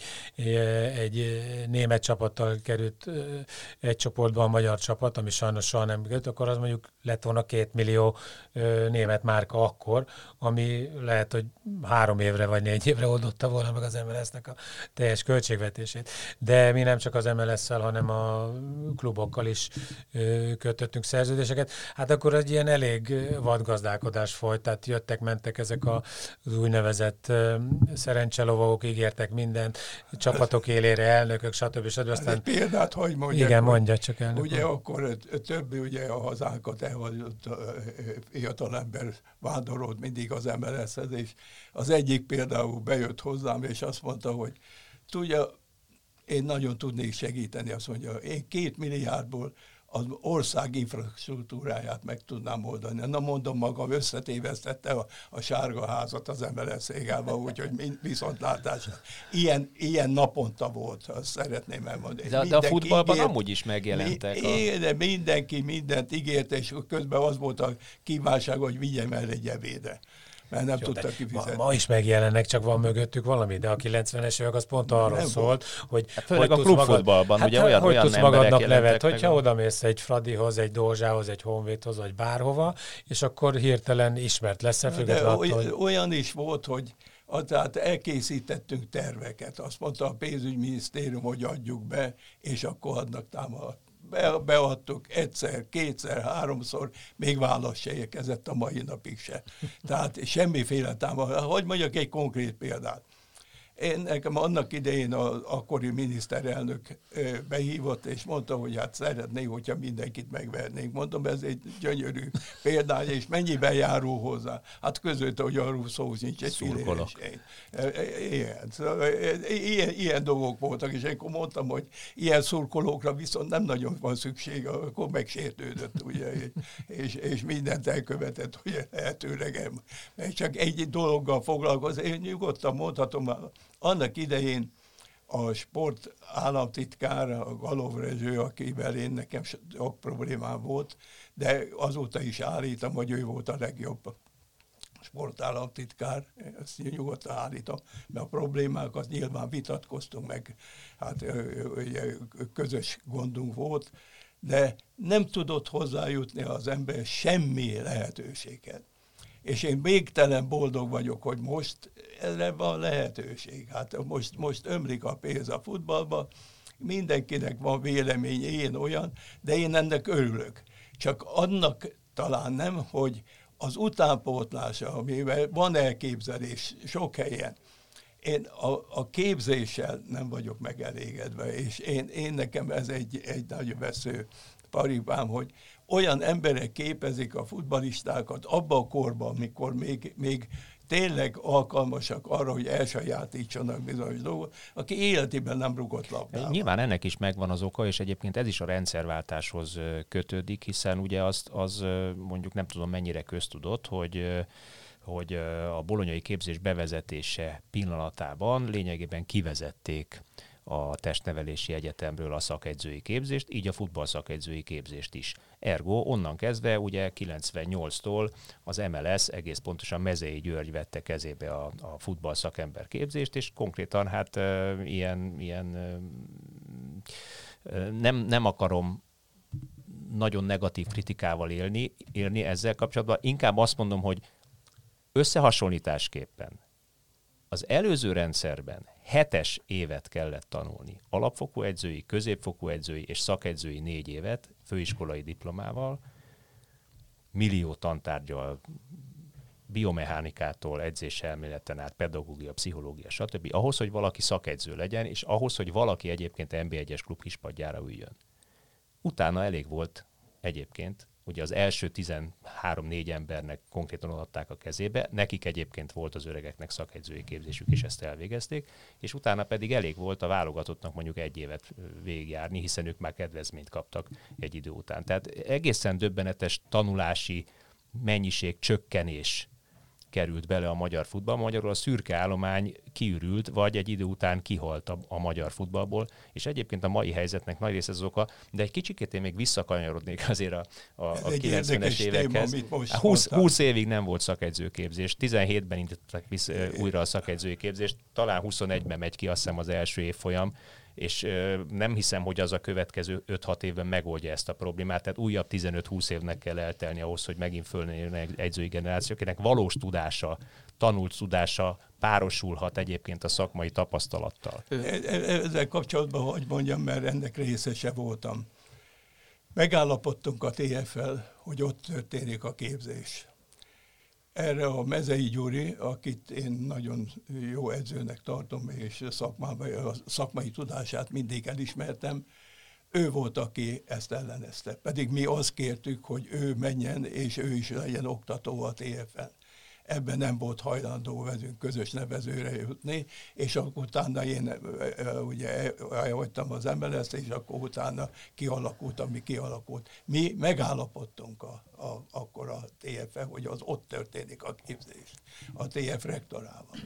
egy német csapattal került egy csoportban a magyar csapat, ami sajnos soha nem került, akkor az mondjuk lett volna két millió német márka akkor, ami lehet, hogy három évre vagy négy évre oldotta volna meg az em el es-nek a teljes költségvetését. De mi nem csak az em el es-szel, hanem a klubokkal is kötöttünk szerződéseket. Hát akkor egy ilyen elég vadgazdálkodás folyt, tehát jöttek, mentek ezek az úgynevezett szerencselovagok, ígértek mindent, csapatok élére, elnökök, stb. stb. Aztán... Egy példát, hogy mondjak. Igen, mondja csak elnök. Ugye akkor több ugye a hazánkat elhagyott fiatalember vándorolt mindig az em el es-hez, és az egyik például bejött hozzám, és azt mondta, hogy tudja, én nagyon tudnék segíteni, azt mondja, én két milliárdból az ország infrastruktúráját meg tudnám oldani. Na mondom, magam összetévesztette a, a sárga házat az em el es égálba, úgyhogy viszontlátás. Ilyen, ilyen naponta volt, azt szeretném elmondani. De, de a futballban ígért, amúgy is megjelentek. Mi, a... De mindenki mindent ígért, és közben az volt a kívánság, hogy vigyem el egy ebédre. Mert nem tudta kifizetni. Ma, ma is megjelennek, csak van mögöttük valami, de a kilencvenes évek az pont arról nem szólt, hogy... Hát főleg a klubfutballban, hát, ugye olyan, hogy olyan tudsz magadnak nevet, meg hogyha a... odamész egy Fradihoz, egy Dózsához, egy Honvédhoz, vagy bárhova, és akkor hirtelen ismert leszel, függetlenül attól, hogy... Olyan is volt, hogy tehát elkészítettünk terveket. Azt mondta a pénzügyminisztérium, hogy adjuk be, és akkor adnak támogatást. Be, beadtuk egyszer, kétszer, háromszor, még válasz se érkezett a mai napig se. Tehát semmiféle támogatás. Hogy mondjak egy konkrét példát. Én nekem annak idején az akkori miniszterelnök behívott, és mondta, hogy hát szeretné, hogyha mindenkit megvernénk. Mondom, ez egy gyönyörű példány, és mennyiben járul hozzá. Hát közölte, hogy arról szó nincs egy filléres. Ilyen, ilyen, ilyen dolgok voltak, és akkor mondtam, hogy ilyen szurkolókra viszont nem nagyon van szükség, akkor megsértődött, ugye, és, és mindent elkövetett, ugye lehetőleg. Csak egy dologgal foglalkozni, én nyugodtan mondhatom, annak idején a sport államtitkár, a Galov Rezső, akivel én nekem sok problémám volt, de azóta is állítom, hogy ő volt a legjobb sportállamtitkár, ezt nyugodtan állítom, mert a problémákat nyilván vitatkoztunk meg, hát ugye, közös gondunk volt, de nem tudott hozzájutni az ember semmi lehetőséget. És én végtelen boldog vagyok, hogy most erre van lehetőség. Hát most, most ömlik a pénz a futballba, mindenkinek van vélemény, én olyan, de én ennek örülök. Csak annak talán nem, hogy az utánpótlása, amivel van elképzelés sok helyen, én a, a képzéssel nem vagyok megelégedve, és én, én nekem ez egy, egy nagy vesző paripám, hogy olyan emberek képezik a futballistákat abban a korban, mikor még, még tényleg alkalmasak arra, hogy elsajátítsanak bizonyos dolgot, aki életében nem rugott labdába. Nyilván ennek is megvan az oka, és egyébként ez is a rendszerváltáshoz kötődik, hiszen ugye az, az mondjuk nem tudom mennyire köztudott, hogy hogy a bolonyai képzés bevezetése pillanatában lényegében kivezették a testnevelési egyetemről a szakegyzői képzést, így a futballszakegyzői képzést is. Ergo onnan kezdve ugye kilencvennyolctól az em el es, egész pontosan Mezei György vette kezébe a, a futballszakember képzést, és konkrétan hát uh, ilyen, ilyen uh, nem, nem akarom nagyon negatív kritikával élni, élni ezzel kapcsolatban, inkább azt mondom, hogy összehasonlításképpen az előző rendszerben hetes évet kellett tanulni. Alapfokú edzői, középfokú edzői és szakegyzői négy évet főiskolai diplomával, millió tantárgyal, biomechanikától, edzéselméleten át, pedagógia, pszichológia, stb. Ahhoz, hogy valaki szakegyző legyen, és ahhoz, hogy valaki egyébként en bé egyes klub kispadjára üljön. Utána elég volt egyébként, ugye az első tizenhárom-négy embernek konkrétan adták a kezébe, nekik egyébként volt az öregeknek szakegyzői képzésük, és ezt elvégezték, és utána pedig elég volt a válogatottnak mondjuk egy évet végigjárni, hiszen ők már kedvezményt kaptak egy idő után. Tehát egészen döbbenetes tanulási mennyiség csökkenés került bele a magyar futballba. Magyarul a szürke állomány kiürült, vagy egy idő után kihalt a, a magyar futballból, és egyébként a mai helyzetnek nagy része az oka, de egy kicsikét én még visszakanyarodnék azért a, a, a kilencvenes évekhez. húsz, húsz évig nem volt szakegyzőképzés, tizenhétben indították vissza, újra a szakegyzői képzést, talán huszonegyben megy ki azt hiszem az első évfolyam, és ö, nem hiszem, hogy az a következő öt-hat évben megoldja ezt a problémát, tehát újabb tizenöt-húsz évnek kell eltelni ahhoz, hogy megint fölnőjön egy edzői generáció, akinek valós tudása, tanult tudása párosulhat egyébként a szakmai tapasztalattal. Ezzel kapcsolatban, hogy mondjam, mert ennek részese voltam. Megállapodtunk a té ef-el, hogy ott történik a képzés. Erre a Mezei Gyuri, akit én nagyon jó edzőnek tartom, és szakmában, a szakmai tudását mindig elismertem, ő volt, aki ezt ellenezte. Pedig mi azt kértük, hogy ő menjen, és ő is legyen oktató a té ef-en. Ebben nem volt hajlandó velünk közös nevezőre jutni, és akkor utána én ugye elhagytam az em el es-t, és akkor utána kialakult, ami kialakult. Mi megállapodtunk a, a, akkor a té ef-en, hogy az ott történik a képzés, a té ef rektorával.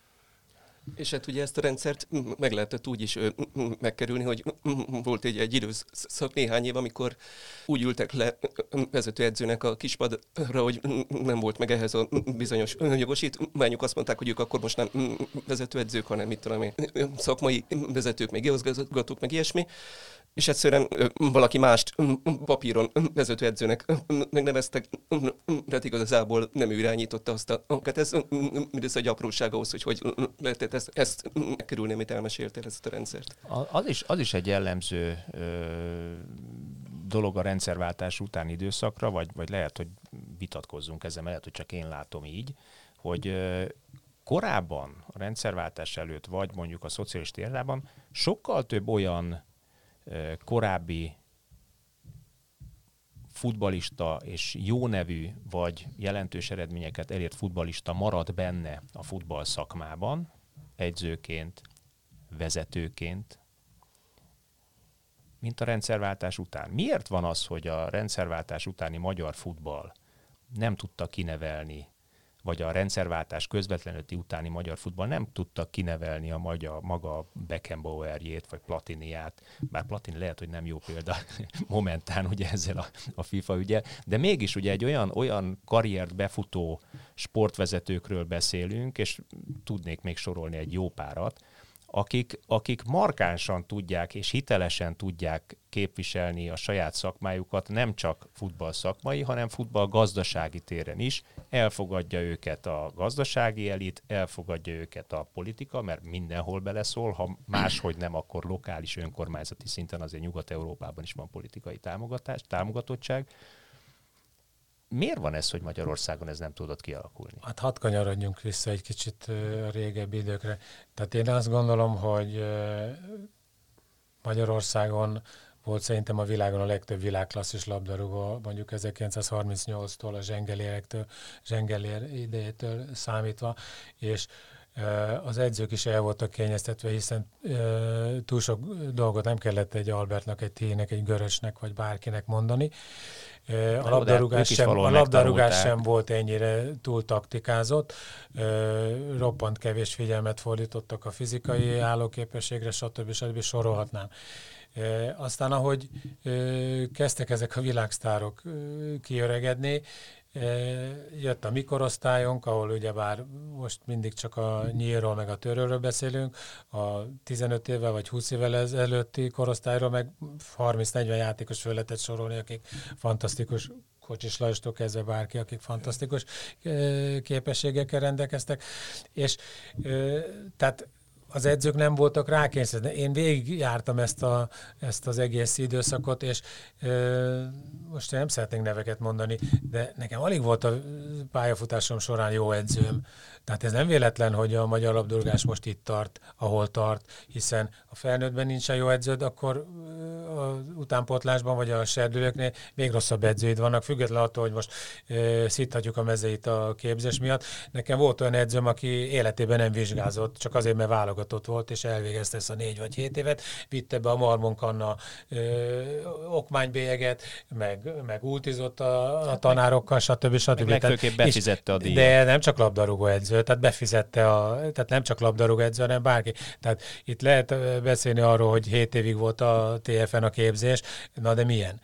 És hát ugye ezt a rendszert meg lehetett úgy is megkerülni, hogy volt egy, egy időszak néhány év, amikor úgy ültek le vezetőedzőnek a kispadra, hogy nem volt meg ehhez a bizonyos jogosítványuk. Azt mondták, hogy ők akkor most nem vezetőedzők, hanem mit tudom én, szakmai vezetők, meg igazgatók, meg ilyesmi. És egyszerűen valaki mást papíron vezetőedzőnek megneveztek, de igazából nem ő irányította azt a... Hát ez mindez egy apróság ahhoz, hogy hogy lehetett ezt, ezt megkerülni, amit elmeséltél, ezt a rendszert. Az is, az is egy jellemző ö, dolog a rendszerváltás utáni időszakra, vagy, vagy lehet, hogy vitatkozzunk ezzel, lehet, hogy csak én látom így, hogy ö, korábban, a rendszerváltás előtt, vagy mondjuk a szocialista érában sokkal több olyan korábbi futballista és jó nevű vagy jelentős eredményeket elért futballista marad benne a futball szakmában, edzőként, vezetőként, mint a rendszerváltás után. Miért van az, hogy a rendszerváltás utáni magyar futball nem tudta kinevelni, vagy a rendszerváltás közvetlenül utáni magyar futball nem tudta kinevelni a magyar, maga Beckenbauerjét, vagy Platiniát, bár Platini lehet, hogy nem jó példa momentán ugye ezzel a, a FIFA ügyel, de mégis ugye egy olyan, olyan karriert befutó sportvezetőkről beszélünk, és tudnék még sorolni egy jó párat, akik, akik markánsan tudják és hitelesen tudják képviselni a saját szakmájukat, nem csak futball szakmai, hanem futball gazdasági téren is. Elfogadja őket a gazdasági elit, elfogadja őket a politika, mert mindenhol beleszól, ha máshogy nem, akkor lokális önkormányzati szinten, azért Nyugat-Európában is van politikai támogatás, támogatottság. Miért van ez, hogy Magyarországon ez nem tudott kialakulni? Hát hadd kanyarodjunk vissza egy kicsit a régebbi időkre. Tehát én azt gondolom, hogy Magyarországon volt szerintem a világon a legtöbb világklasszis labdarúgó, mondjuk ezerkilencszázharmincnyolctól a zsengelirektől, zsengelier idejétől számítva, és az edzők is el voltak kényeztetve, hiszen túl sok dolgot nem kellett egy Albertnak, egy T-nek, egy Görösnek, vagy bárkinek mondani. A labdarúgás, sem, a labdarúgás sem volt ennyire túl taktikázott, roppant kevés figyelmet fordítottak a fizikai állóképességre, stb. stb. Sorolhatnám. Aztán, ahogy kezdtek ezek a világsztárok kiöregedni, jött a mi korosztályunk, ahol ugyebár most mindig csak a nyílról meg a törőről beszélünk, a tizenöt évvel vagy húsz évvel ezelőtti korosztályról meg harminc-negyven játékos föl lehetett sorolni, akik fantasztikus, Kocsis Lajostól kezdve bárki, akik fantasztikus képességekkel rendelkeztek, és tehát az edzők nem voltak rákényszerítve. Én végigjártam ezt, a, ezt az egész időszakot, és ö, most nem szeretnék neveket mondani, de nekem alig volt a pályafutásom során jó edzőm. Tehát ez nem véletlen, hogy a magyar labdarúgás most itt tart, ahol tart, hiszen a felnőttben nincsen jó edződ, akkor az utánpótlásban vagy a serdülőknél még rosszabb edzőid vannak, függetlenül attól, hogy most ö, szíthatjuk a mezeit a képzés miatt. Nekem volt olyan edzőm, aki életében nem vizsgázott, csak azért, mert válogatott volt, és elvégezte ezt a négy vagy hét évet, vitte be a Marmonkanna okmánybélyeget, meg, meg ultizott a, a tanárokkal, stb. stb. Meg legfőképp befizette a díjat. De nem csak labdarúgó edző, tehát befizette a, tehát nem csak labdarúgó edző, hanem bárki. Tehát itt lehet beszélni arról, hogy hét évig volt a té ef en a képzés, na de milyen?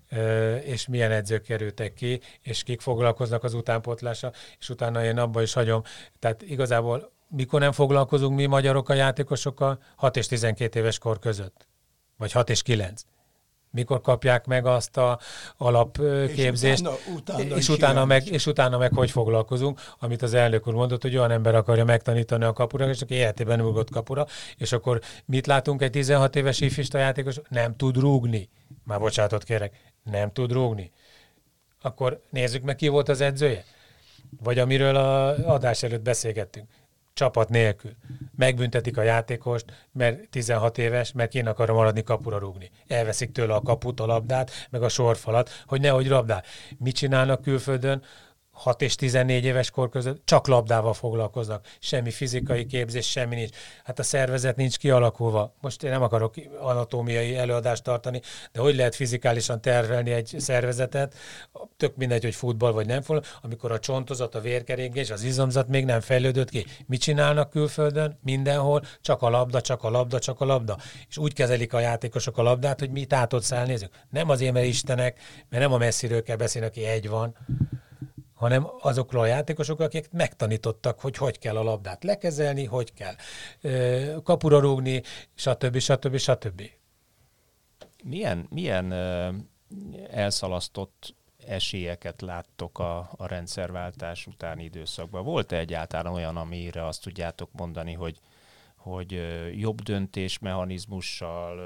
És milyen edzők kerültek ki, és kik foglalkoznak az utánpótlással, és utána én abba is hagyom. Tehát igazából mikor nem foglalkozunk mi magyarok a játékosokkal? hat és tizenkét éves kor között. Vagy hat és kilenc. Mikor kapják meg azt a alapképzést, és utána, utána, és, utána meg, és utána meg hogy foglalkozunk, amit az elnök úr mondott, hogy olyan ember akarja megtanítani a kapura, és aki életében nem ugrott kapura, és akkor mit látunk egy tizenhat éves ifista játékos? Nem tud rúgni. Már bocsánatot kérek, nem tud rúgni. Akkor nézzük meg, ki volt az edzője? Vagy amiről az adás előtt beszélgettünk. Csapat nélkül. Megbüntetik a játékost, mert tizenhat éves, mert kéne akar maradni kapura rúgni. Elveszik tőle a kaput, a labdát, meg a sorfalat, hogy nehogy labdál. Mit csinálnak külföldön? hat és tizennégy éves kor között csak labdával foglalkoznak. Semmi fizikai képzés, semmi nincs. Hát a szervezet nincs kialakulva. Most én nem akarok anatómiai előadást tartani, de hogy lehet fizikálisan tervelni egy szervezetet, tök mindegy, hogy futball vagy nem futball, amikor a csontozat, a vérkeringés, az izomzat még nem fejlődött ki. Mit csinálnak külföldön? Mindenhol csak a labda, csak a labda, csak a labda. És úgy kezelik a játékosok a labdát, hogy mi tátotszál nézzük. Nem azért, mert istenek, mert nem a messziről kell beszélni, aki egy van, hanem azokról a játékosokról, akik megtanítottak, hogy hogy kell a labdát lekezelni, hogy kell kapura rúgni, stb. stb. stb. Milyen, milyen elszalasztott esélyeket láttok a, a rendszerváltás utáni időszakban? Volt-e egyáltalán olyan, amire azt tudjátok mondani, hogy, hogy jobb döntésmechanizmussal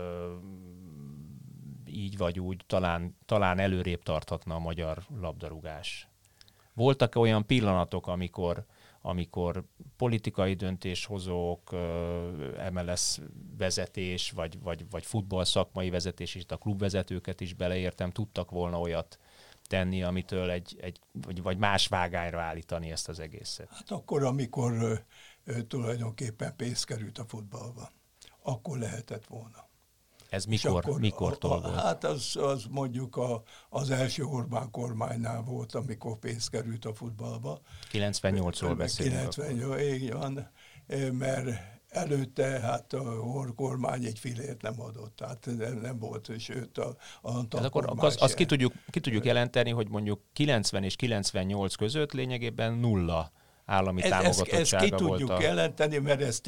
így vagy úgy talán, talán előrébb tarthatna a magyar labdarúgás? Voltak olyan pillanatok, amikor, amikor politikai döntéshozók, em el es vezetés, vagy, vagy, vagy futball szakmai vezetés, és a klubvezetőket is beleértem, tudtak volna olyat tenni, amitől egy, egy vagy, vagy más vágányra állítani ezt az egészet? Hát akkor, amikor ö, ö, tulajdonképpen pénz került a futballba, akkor lehetett volna. Ez mikor, akkor, mikortól a, a, volt? Hát az, az mondjuk a, az első Orbán kormánynál volt, amikor pénz került a futballba. kilencvennyolcról beszélünk. kilencvennyolc, így van, mert előtte hát a kormány egy filért nem adott, tehát nem, nem volt, sőt a, a Antal akkor azt az ki, tudjuk, ki tudjuk jelenteni, hogy mondjuk kilencven és kilencvennyolc között lényegében nulla állami ez, támogatottsága volt. Ezt ki volt tudjuk a... jelenteni, mert ez tény.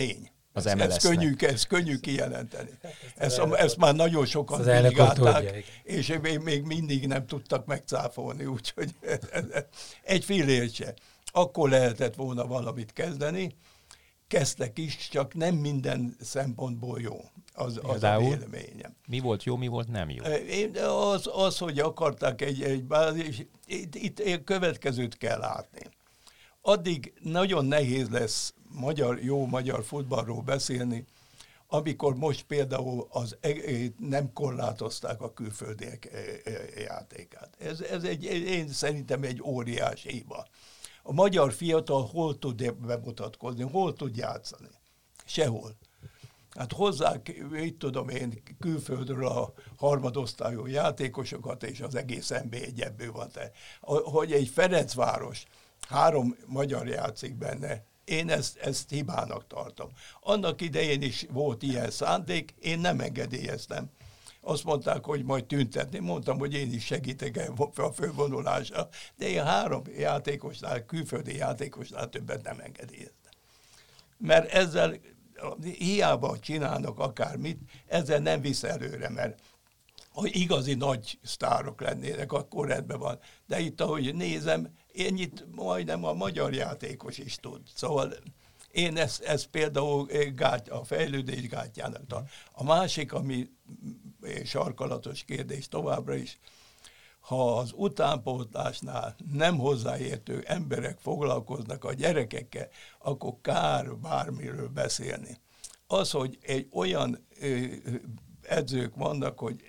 az ez, ez, könnyű, ez könnyű kijelenteni. Ezt, ezt már nagyon sokan vizsgálták, és még, még mindig nem tudtak megcáfolni, úgyhogy egy fillért se. Akkor lehetett volna valamit kezdeni, kezdtek is, csak nem minden szempontból jó. Az, az a véleményem. Mi volt jó, mi volt nem jó? Az, az hogy akarták egy, egy bázis, itt, itt következőt kell látni. Addig nagyon nehéz lesz magyar, jó magyar futballról beszélni, amikor most például az, nem korlátozták a külföldiek játékát. Ez, ez egy, én szerintem egy óriási hiba. A magyar fiatal hol tud bemutatkozni, hol tud játszani? Sehol. Hát hozzák, így tudom én, külföldről a harmadosztályú játékosokat, és az egész en bé egy ebből van. Te. Hogy egy Ferencváros, három magyar játszik benne, én ezt, ezt hibának tartom. Annak idején is volt ilyen szándék, én nem engedélyeztem. Azt mondták, hogy majd tüntetni. Mondtam, hogy én is segítek a fölvonulásra, de én három játékosnál, külföldi játékosnál többet nem engedélyeztem. Mert ezzel hiába csinálnak akármit, ezzel nem visz előre, mert ha igazi nagy sztárok lennének, akkor rendben van. De itt, ahogy nézem, ennyit majdnem a magyar játékos is tud. Szóval én ezt, ezt például gát, a fejlődés gátjának tartom. A másik, ami sarkalatos kérdés továbbra is, ha az utánpótlásnál nem hozzáértő emberek foglalkoznak a gyerekekkel, akkor kár bármiről beszélni. Az, hogy egy olyan edzők vannak, hogy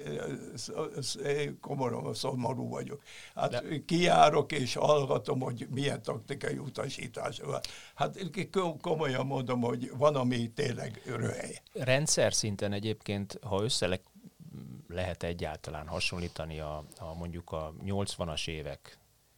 komoran szomorú vagyok. Hát De... kijárok és hallgatom, hogy milyen taktikai utasítások van. Hát komolyan mondom, hogy van, ami tényleg röhely. Rendszer szinten egyébként, ha össze le- lehet egyáltalán hasonlítani a, a mondjuk a nyolcvanas évek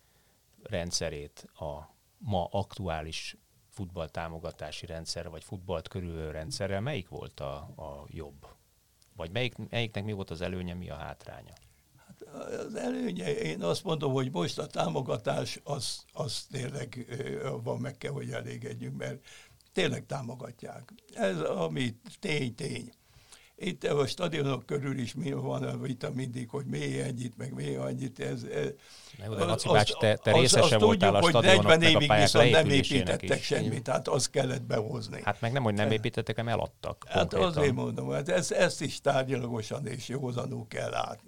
rendszerét a ma aktuális futballtámogatási rendszer, vagy futballt körülvevő rendszerrel, melyik volt a, a jobb? Vagy melyik, melyiknek mi volt az előnye, mi a hátránya? Hát az előnye, én azt mondom, hogy most a támogatás, az, az tényleg van, meg kell, hogy elégedjünk, mert tényleg támogatják. Ez ami tény-tény. Itt a stadionok körül is mi van a vita mindig, hogy mély ennyit, meg mély annyit. Ez, ez, az, de Laci bács, te, te részese voltál a stadionok meg a pályák nem építettek semmit, tehát azt kellett behozni. Hát meg nem, hogy nem építettek, hanem eladtak. Hát konkrétan. Azért mondom, hát ezt, ezt is tárgyalagosan és józanul kell látni.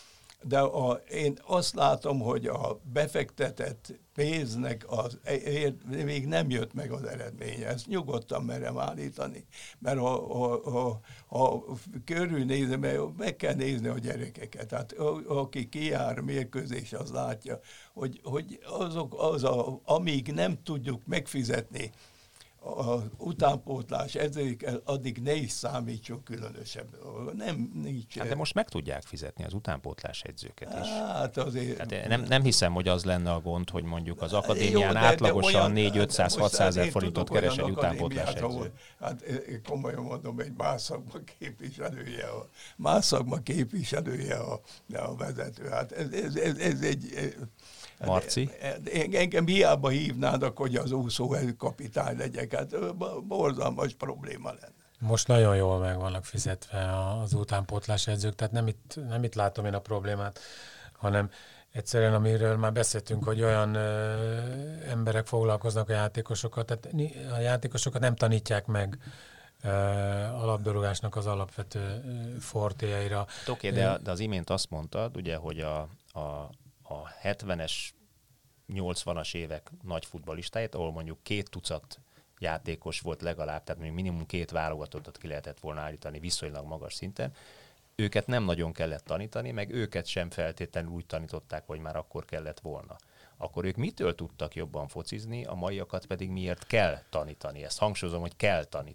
De a, én azt látom, hogy a befektetett pénznek az, még nem jött meg az eredménye. Ezt nyugodtan merem állítani. Mert ha, ha, ha, ha körülnézem, meg kell nézni a gyerekeket. Tehát aki kijár mérkőzés, az látja, hogy, hogy azok, az a, amíg nem tudjuk megfizetni az utánpótlás, ezért addig ne is számítsunk különösebb. Nem, nincs. Hát de most meg tudják fizetni az utánpótlás edzőket is. Hát azért... Hát nem, nem hiszem, hogy az lenne a gond, hogy mondjuk az akadémián jó, de, átlagosan négy-ötszáz-hatszázezer forintot keres egy utánpótlás edző. Hát komolyan mondom, egy más szakma képviselője, a, más szakma képviselője a, a vezető. Hát ez, ez, ez, ez egy... Marci? Engem hiába hívnának, hogy az úszó kapitány legyek, hát borzalmas probléma lenne. Most nagyon jól meg vannak fizetve az utánpótlás edzők, tehát nem itt, nem itt látom én a problémát, hanem egyszerűen, amiről már beszéltünk, hogy olyan ö, emberek foglalkoznak a játékosokat, tehát a játékosokat nem tanítják meg ö, a labdarúgásnak az alapvető ö, fortéjaira. Oké, de, de az imént azt mondtad, ugye, hogy a, a a hetvenes, nyolcvanas évek nagy futballistáját, ahol mondjuk két tucat játékos volt legalább, tehát még minimum két válogatottat ki lehetett volna állítani viszonylag magas szinten, őket nem nagyon kellett tanítani, meg őket sem feltétlenül úgy tanították, hogy már akkor kellett volna. Akkor ők mitől tudtak jobban focizni, a maiakat pedig miért kell tanítani? Ezt hangsúlyozom, hogy kell tanítani.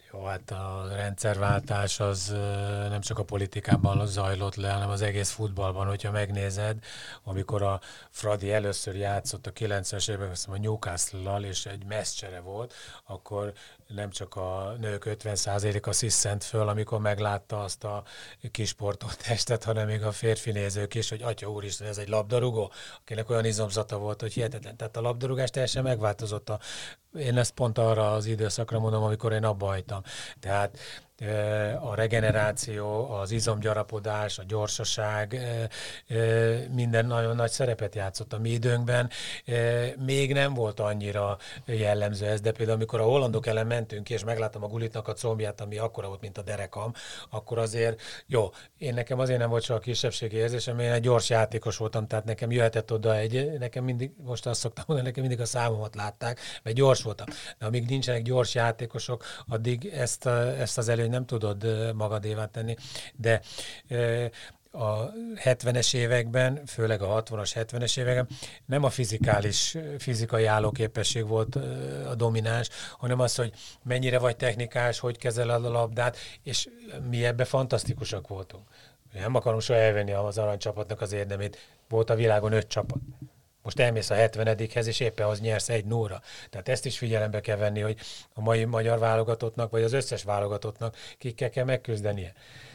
Jó, hát a rendszerváltás az nem csak a politikában zajlott le, hanem az egész futballban, hogyha megnézed, amikor a Fradi először játszott a kilencvenes években, azt mondom, a Newcastle-lal, és egy meccscsere volt, akkor nem csak a nők ötven százaléka sziszent föl, amikor meglátta azt a kisportolt testet, hanem még a férfi nézők is, hogy atya úristen, ez egy labdarúgó, akinek olyan izomzata volt, hogy hihetetlen. Tehát a labdarúgás teljesen megváltozott. A, én ezt pont arra az időszakra mondom, amikor én abba hagytam. Tehát a regeneráció, az izomgyarapodás, a gyorsaság, minden nagyon nagy szerepet játszott a mi időnkben. Még nem volt annyira jellemző ez, de például amikor a hollandok ellen mentünk, és megláttam a Gullitnak a combját, ami akkora volt, mint a derekam, akkor azért, jó, én nekem azért nem volt soha kisebbségi érzésem, én egy gyors játékos voltam, tehát nekem jöhetett oda egy, nekem mindig, most azt szoktam mondani, nekem mindig a számomat látták, mert gyors voltam. De amíg nincsenek gyors játékosok, addig ezt, ezt az előnyt nem tudod magadévá tenni, de a hetvenes években, főleg a hatvanas, hetvenes években nem a fizikális, fizikai állóképesség volt a domináns, hanem az, hogy mennyire vagy technikás, hogy kezeled a labdát, és mi ebben fantasztikusak voltunk. Nem akarom soha elvenni az aranycsapatnak az érdemét. Volt a világon öt csapat. Most elmész a hetvenedikhez, és éppen az nyersz egy nulla. Tehát ezt is figyelembe kell venni, hogy a mai magyar válogatottnak, vagy az összes válogatottnak kikkel kell megküzdenie.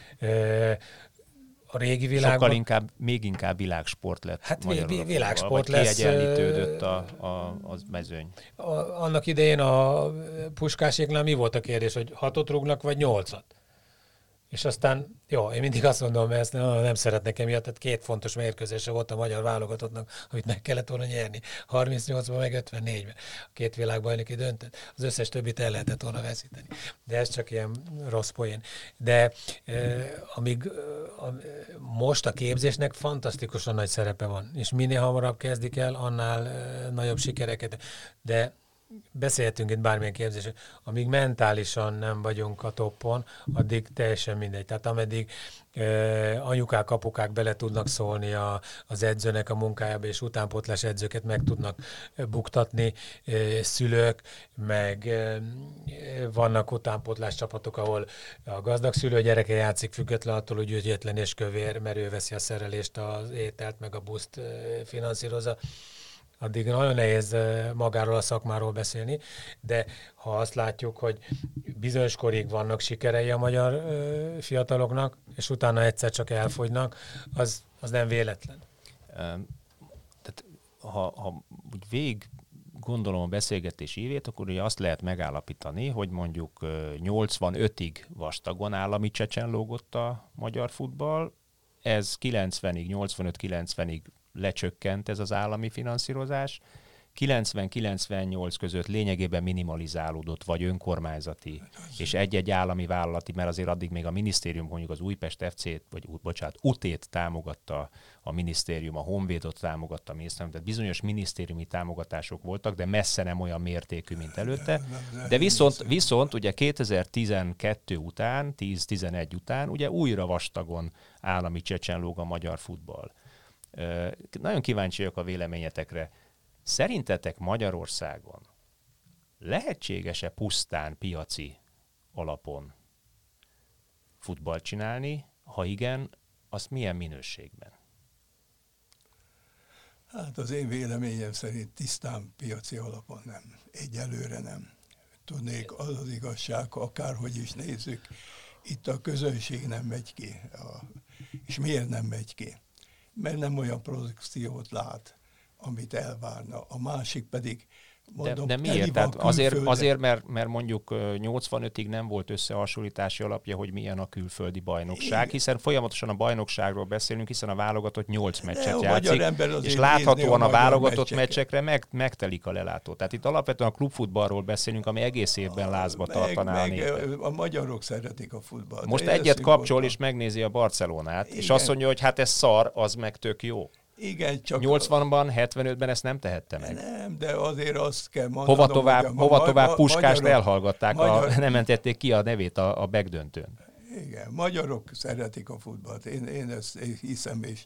A régi világban... Sokkal inkább, még inkább világsport lett. Hát világsport lesz. lesz. Kiegyenlítődött a, a, a mezőny. A, annak idején a Puskáséknál mi volt a kérdés, hogy hatot rúgnak, vagy nyolcat? És aztán, jó, én mindig azt mondom, mert ezt nem, nem szeretnek emiatt, tehát két fontos mérkőzése volt a magyar válogatottnak, amit meg kellett volna nyerni. harmincnyolcban meg ötvennégyben. A két világbajnoki döntött. Az összes többit el lehetett volna veszíteni. De ez csak ilyen rossz poén. De eh, amíg eh, most a képzésnek fantasztikusan nagy szerepe van, és minél hamarabb kezdik el, annál eh, nagyobb sikereket. De beszélhetünk itt bármilyen képzésről, amíg mentálisan nem vagyunk a toppon, addig teljesen mindegy. Tehát ameddig eh, anyukák, apukák bele tudnak szólni a, az edzőnek a munkájába, és utánpótlás edzőket meg tudnak buktatni, eh, szülők, meg eh, vannak utánpótlás csapatok, ahol a gazdag szülő gyereke játszik, független attól, hogy ügyetlen és kövér, mert ő veszi a szerelést, az ételt, meg a buszt eh, finanszírozza. Addig nagyon nehéz magáról a szakmáról beszélni, de ha azt látjuk, hogy bizonyos korig vannak sikerei a magyar ö, fiataloknak, és utána egyszer csak elfogynak, az, az nem véletlen. Tehát, ha, ha úgy végig gondolom a beszélgetés évét, akkor ugye azt lehet megállapítani, hogy mondjuk nyolcvanötig vastagon állami csecsen lógott a magyar futball, ez kilencvenig, nyolcvanöt-kilencvenig lecsökkent ez az állami finanszírozás. kilencven-kilencvennyolc között lényegében minimalizálódott, vagy önkormányzati, és egy-egy állami vállalati, mert azért addig még a minisztérium, mondjuk az Újpest ef cét, vagy bocsánat, utét támogatta a minisztérium, a Honvédot támogatta a minisztérium, tehát bizonyos minisztériumi támogatások voltak, de messze nem olyan mértékű, mint előtte. De viszont, viszont ugye kétezer-tizenkettő után, tíz-tizenegy után, ugye újra vastagon állami csecsen lóg a magyar futball. Nagyon kíváncsi vagyok a véleményetekre. Szerintetek Magyarországon lehetséges-e pusztán piaci alapon futballt csinálni? Ha igen, azt milyen minőségben? Hát az én véleményem szerint tisztán piaci alapon nem. Egyelőre nem. Tudnék, az az igazság, akárhogy is nézzük, itt a közönség nem megy ki. És miért nem megy ki? Mert nem olyan produkciót lát, amit elvárna. A másik pedig, mondom, de, de miért? Tehát azért, azért mert, mert mondjuk nyolcvanötig nem volt összehasonlítási alapja, hogy milyen a külföldi bajnokság, hiszen folyamatosan a bajnokságról beszélünk, hiszen a válogatott nyolc meccset játszik, és láthatóan a, a válogatott meccseket. meccsekre meg, megtelik a lelátó. Tehát itt alapvetően a klubfutballról beszélünk, ami egész évben lázba meg, tartaná a népet. A magyarok szeretik a futballt. Most egyet kapcsol, és megnézi a Barcelonát, igen. És azt mondja, hogy hát ez szar, az meg tök jó. Igen, csak nyolcvanban, hetvenötben ezt nem tehette meg. Nem, de azért azt kell mondanom, hova tovább, hogy a, hova tovább ma, Puskást magyarok, elhallgatták, magyar, a, nem mentették ki a nevét a, a backdöntőn. Igen, magyarok szeretik a futballt, én, én ezt hiszem, és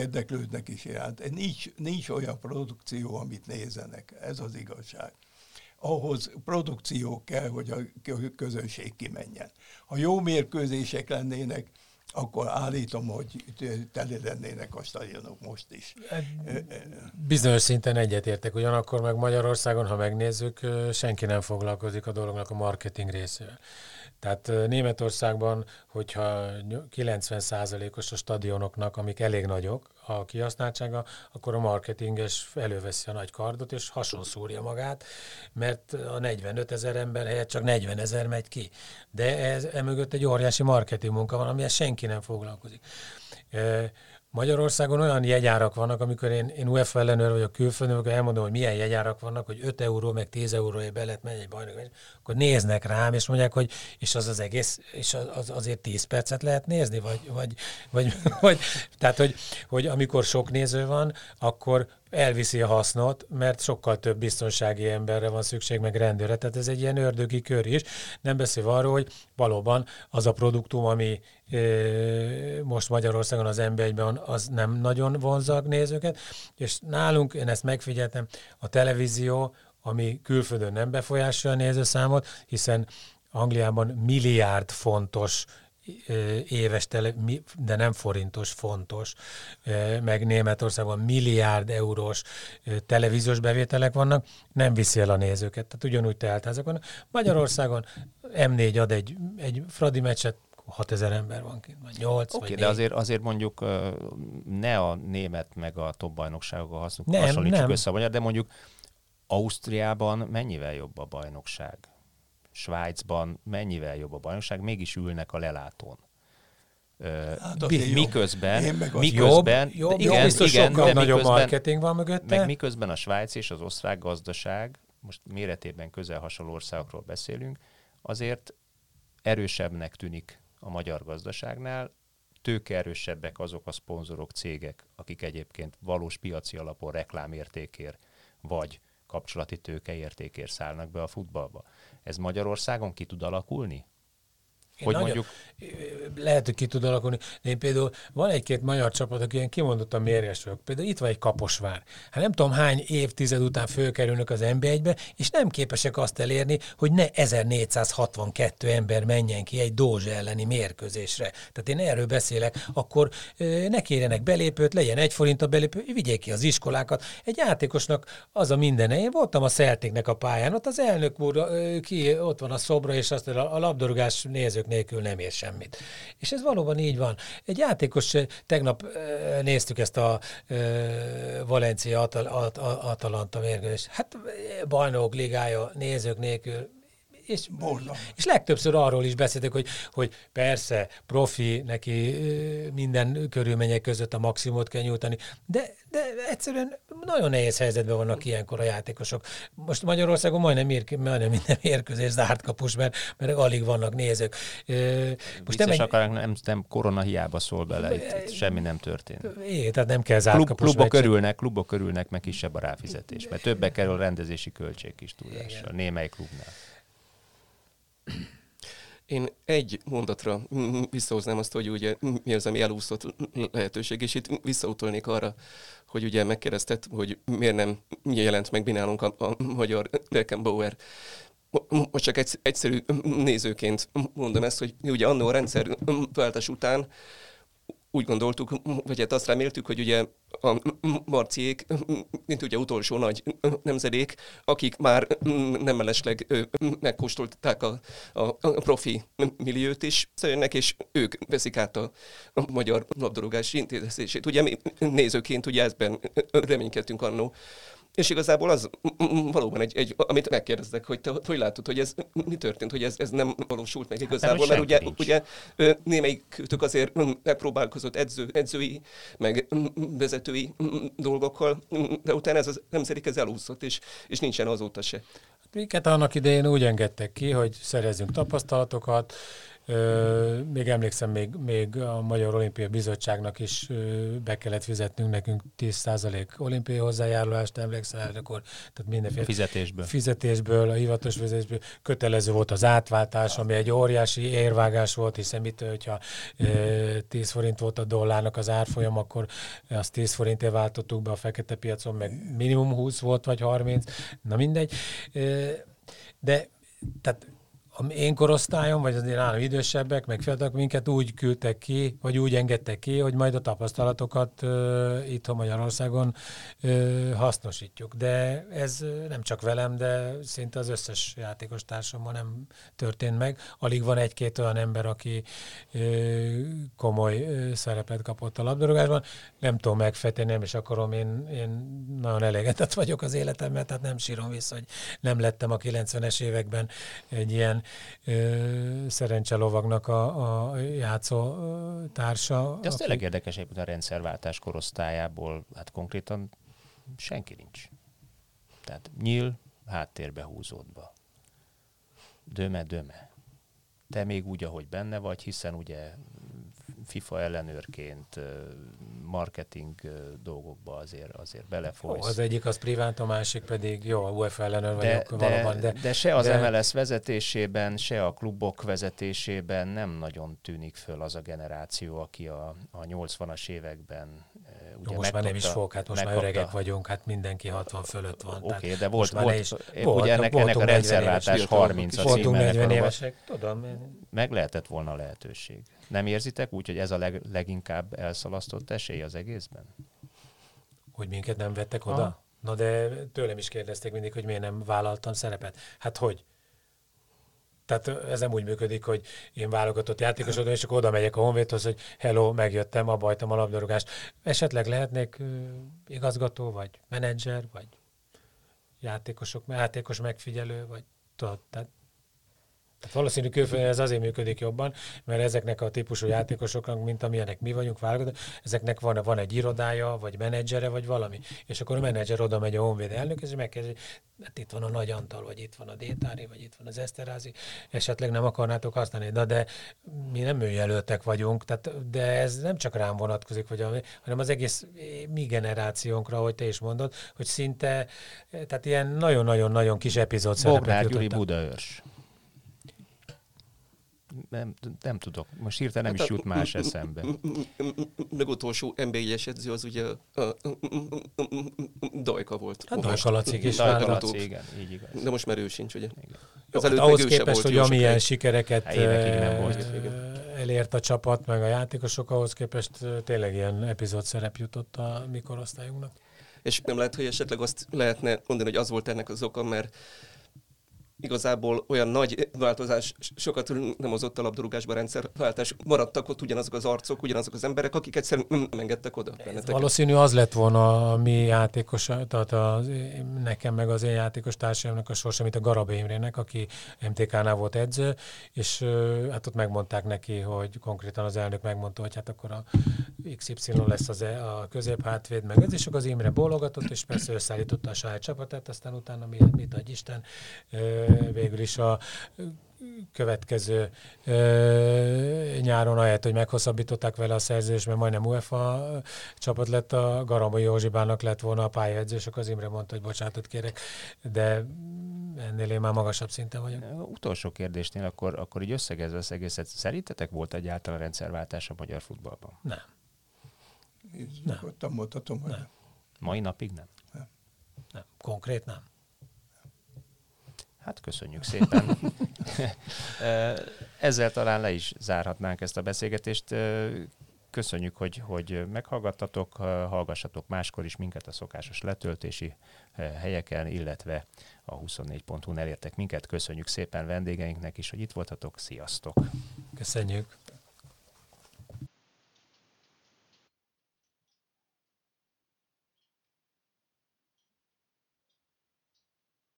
érdeklődnek is iránt. Nincs, nincs olyan produkció, amit nézenek, ez az igazság. ahhoz produkció kell, hogy a közönség kimenjen. Ha jó mérkőzések lennének, akkor állítom, hogy tele lennének a stadionok most is. Bizonyos szinten egyetértek, ugyanakkor meg Magyarországon, ha megnézzük, senki nem foglalkozik a dolognak a marketing részével. Tehát Németországban, hogyha kilencven százalékos a stadionoknak, amik elég nagyok, a kihasználtsága, akkor a marketinges előveszi a nagy kardot, és hasonszúrja magát, mert a negyvenöt ezer ember helyett csak negyven ezer megy ki. De ez emögött egy óriási marketing munka van, amivel senki nem foglalkozik. Magyarországon olyan jegyárak vannak, amikor én, én u e f á ellenőr vagyok külföldön, amikor elmondom, hogy milyen jegyárak vannak, hogy öt euró, meg tíz euróért be lehet menni egy bajnok, akkor néznek rám, és mondják, hogy és az az egész, és az, az azért tíz percet lehet nézni, vagy, vagy, vagy, vagy tehát, hogy, hogy amikor sok néző van, akkor elviszi a hasznot, mert sokkal több biztonsági emberre van szükség, meg rendőrre, tehát ez egy ilyen ördögi kör is. Nem beszélve arról, hogy valóban az a produktum, ami e, most Magyarországon az em bé egyben az nem nagyon vonzza a nézőket, és nálunk, én ezt megfigyeltem, a televízió, ami külföldön nem befolyásolja a nézőszámot, hiszen Angliában milliárd fontos éves, tele, de nem forintos, fontos, meg Németországban milliárd eurós televíziós bevételek vannak, nem viszi el a nézőket. Tehát ugyanúgy teltházak vannak. Magyarországon em négy ad egy, egy Fradi meccset, hatezer ember van kint, vagy nyolc, okay, vagy de azért, azért mondjuk ne a német meg a top bajnokságokkal nem, hasonlítsuk nem. össze a magyar, de mondjuk Ausztriában mennyivel jobb a bajnokság? Svájcban mennyivel jobb a bajnokság, mégis ülnek a lelátón. Hát miközben, miközben, jobb, jobb, igen, biztos igen, sokkal de nagyobb miközben, marketing van mögötte. Meg miközben a Svájc és az osztrák gazdaság, most méretében közel hasonló országokról beszélünk, azért erősebbnek tűnik a magyar gazdaságnál, tőkeerősebbek azok a szponzorok, cégek, akik egyébként valós piaci alapon reklámértékért vagy kapcsolati tőkeértékért szállnak be a futballba. Ez Magyarországon ki tud alakulni? Hogy nagyon, mondjuk... Lehet, hogy ki tud alakulni. Én például van egy-két magyar csapat, aki ilyen kimondottan mérges vagyok. Például itt van egy Kaposvár. Hát nem tudom hány évtized után fölkerülnek az em bé egybe, és nem képesek azt elérni, hogy ne ezernégyszázhatvankettő ember menjen ki egy Dózsa elleni mérkőzésre. Tehát én erről beszélek, akkor ne kérjenek belépőt, legyen egy forint a belépő, vigyék ki az iskolákat. Egy játékosnak az a mindene. Én voltam a Celticnek a pályán, ott az elnök úr, ki, ott van a szobra, és azt a labdarúgás nézők nélkül nem ér semmit. És ez valóban így van. Egy játékos, tegnap e, néztük ezt a e, Valencia Atal, At, Atalanta mérkőzést. Hát bajnok ligája nézők nélkül. És, és legtöbbször arról is beszéltek, hogy, hogy persze, profi, neki minden körülmények között a maximumot kell nyújtani, de, de egyszerűen nagyon nehéz helyzetben vannak ilyenkor a játékosok. Most Magyarországon majdnem, ér, majdnem minden mérkőzés zárt kapus, mert, mert alig vannak nézők. Most nem, egy... nem, nem korona hiába szól bele, itt, itt semmi nem történt. É, tehát nem kell zárt Klub, kapus. Klubok örülnek, klubok körülnek, meg kisebb a ráfizetés, mert többbe kerül a rendezési költség is túlással, némely klubnál. Én egy mondatra visszahoznám azt, hogy ugye mi az, ami elúszott lehetőség, és itt visszautolnék arra, hogy ugye megkérdezted, hogy miért nem jelent meg mi nálunk a, a magyar Beckenbauer. Most csak egy, egyszerű nézőként mondom ezt, hogy ugye annó a rendszerváltás után úgy gondoltuk, vagy hát azt reméltük, hogy ugye a Marciék, mint ugye utolsó nagy nemzedék, akik már nem mellesleg megkóstolták a, a, a profi milliót is, szerintek, és ők veszik át a, a magyar labdarúgás intézését. Ugye mi nézőként ugye ezben reménykedtünk annó. És igazából az valóban egy, egy amit megkérdeztek, hogy te hogy látod, hogy ez mi történt, hogy ez, ez nem valósult meg igazából, hát, mert ugye, ugye némelyikük azért megpróbálkozott edző, edzői, meg vezetői dolgokkal, de utána ez a nemzedék ez elúszott, és, és nincsen azóta se. Minket annak idején úgy engedtek ki, hogy szerezzünk tapasztalatokat, Ö, még emlékszem, még, még a Magyar Olimpiai Bizottságnak is ö, be kellett fizetnünk nekünk tíz százalék olimpiai hozzájárulást, emlékszel, akkor tehát mindenféle fizetésből. fizetésből, a hivatalos fizetésből kötelező volt az átváltás, ami egy óriási érvágás volt, hiszen mit, hogyha ö, tíz forint volt a dollárnak az árfolyam, akkor azt tíz forintért váltottuk be a fekete piacon, meg minimum húsz volt, vagy harminc, na mindegy. Ö, de tehát a én korosztályom, vagy az én nálam idősebbek, meg fiatalok minket úgy küldtek ki, vagy úgy engedtek ki, hogy majd a tapasztalatokat uh, itthon Magyarországon uh, hasznosítjuk. De ez nem csak velem, de szinte az összes játékos társammal nem történt meg. Alig van egy-két olyan ember, aki uh, komoly uh, szerepet kapott a labdarúgásban. Nem tudom megfejteni, nem is akarom, én, én nagyon elégedett vagyok az életemmel, tehát nem sírom vissza, hogy nem lettem a kilencvenes években egy ilyen szerencselovagnak a, a játszó társa. De az tényleg érdekes, egyébként a rendszerváltás korosztályából, hát konkrétan senki nincs. Tehát nyíl, háttérbe húzódva. Döme, döme. Te még úgy, ahogy benne vagy, hiszen ugye FIFA ellenőrként marketing dolgokba azért, azért belefolysz. Az egyik az privát, a másik pedig jó, a UEFA ellenőr vagyok de, valóban. De, de, de se az de... em el es vezetésében, se a klubok vezetésében nem nagyon tűnik föl az a generáció, aki a, a nyolcvanas években ugye most már nem is fog, hát most megkapta. Már öregek vagyunk, hát mindenki hatvan fölött van. Oké, okay, de volt, volt, is, volt ugye ennek, ennek a rendszerváltás harminc a voltunk címmel. negyven évesek, tudom. Meg lehetett volna lehetőség. Nem érzitek úgy, hogy ez a leg, leginkább elszalasztott esély az egészben? Hogy minket nem vettek oda? Aha. Na de tőlem is kérdezték mindig, hogy miért nem vállaltam szerepet. Hát hogy? Tehát ez nem úgy működik, hogy én válogatott játékos oda, és akkor oda megyek a Honvédhoz, hogy hello, megjöttem, abba hagytam a labdarúgást. Esetleg lehetnék uh, igazgató, vagy menedzser, vagy játékosok, játékos megfigyelő, vagy tudod, tehát Tehát valószínű külföldön ez azért működik jobban, mert ezeknek a típusú játékosoknak, mint amilyenek mi vagyunk válogatott, ezeknek van, van egy irodája, vagy menedzsere, vagy valami. És akkor a menedzser oda megy a Honvéd elnök, és megkezdi, hát itt van a Nagy Antal, vagy itt van a Détári, vagy itt van az Eszterházy, esetleg nem akarnátok használni. De, de mi nem önjelöltek vagyunk, tehát, de ez nem csak rám vonatkozik, vagy a, hanem az egész mi generációnkra, ahogy te is mondod, hogy szinte, tehát ilyen nagyon-nagyon-nagyon kis epizód szerepet Gyuri Budaörs. Nem, nem tudok. Most hirtelen nem hát is jut más eszembe. Legutolsó en bé egy-es edző az ugye Dajka volt. Hát Dajka Laci is Dajka Laci, igen, így igaz. De most már ő sincs, ugye? Az hát ahhoz képest, hogy amilyen sikereket hát nem volt. elért a csapat, meg a játékosok, ahhoz képest tényleg ilyen epizód szerep jutott a mi korosztályunknak. És nem lehet, hogy esetleg azt lehetne mondani, hogy az volt ennek az oka, mert igazából olyan nagy változás sokat nem hozott a labdarúgásban, rendszerváltás. Maradtak ott ugyanazok az arcok, ugyanazok az emberek, akik egyszerűen nem engedtek oda. Valószínű az lett volna a mi játékos, tehát a, nekem meg az én játékos társadalomnak a sorsa, mint a Garabé Imrének, aki em té ká-nál volt edző, és hát ott megmondták neki, hogy konkrétan az elnök megmondta, hogy hát akkor a iksz ipszilon lesz az e, a középhátvéd, meg ez, és akkor az Imre bólogatott, és persze összeállította a saját csapatát, aztán utána mi, mit adj Isten, végül is a következő ö, nyáron, ahelyett, hogy meghosszabbították vele a szerződést, mert majdnem UEFA csapat lett, a Garambai Józsibának lett volna a pályaedző, és akkor az Imre mondta, hogy bocsánatot kérek, de ennél én már magasabb szinten vagyok. Utolsó kérdésnél akkor, akkor így összegezve az egészet, szerintetek volt egyáltalán rendszerváltás a magyar futballban? Nem. Nem. Nem. Mondhatom, hogy nem. Mai napig nem? Nem. Nem. Konkrét nem. Hát köszönjük szépen. Ezzel talán le is zárhatnánk ezt a beszélgetést. Köszönjük, hogy, hogy meghallgattatok, hallgassatok máskor is minket a szokásos letöltési helyeken, illetve a huszonnégy pont hu-n elértek minket. Köszönjük szépen vendégeinknek is, hogy itt voltatok. Sziasztok! Köszönjük!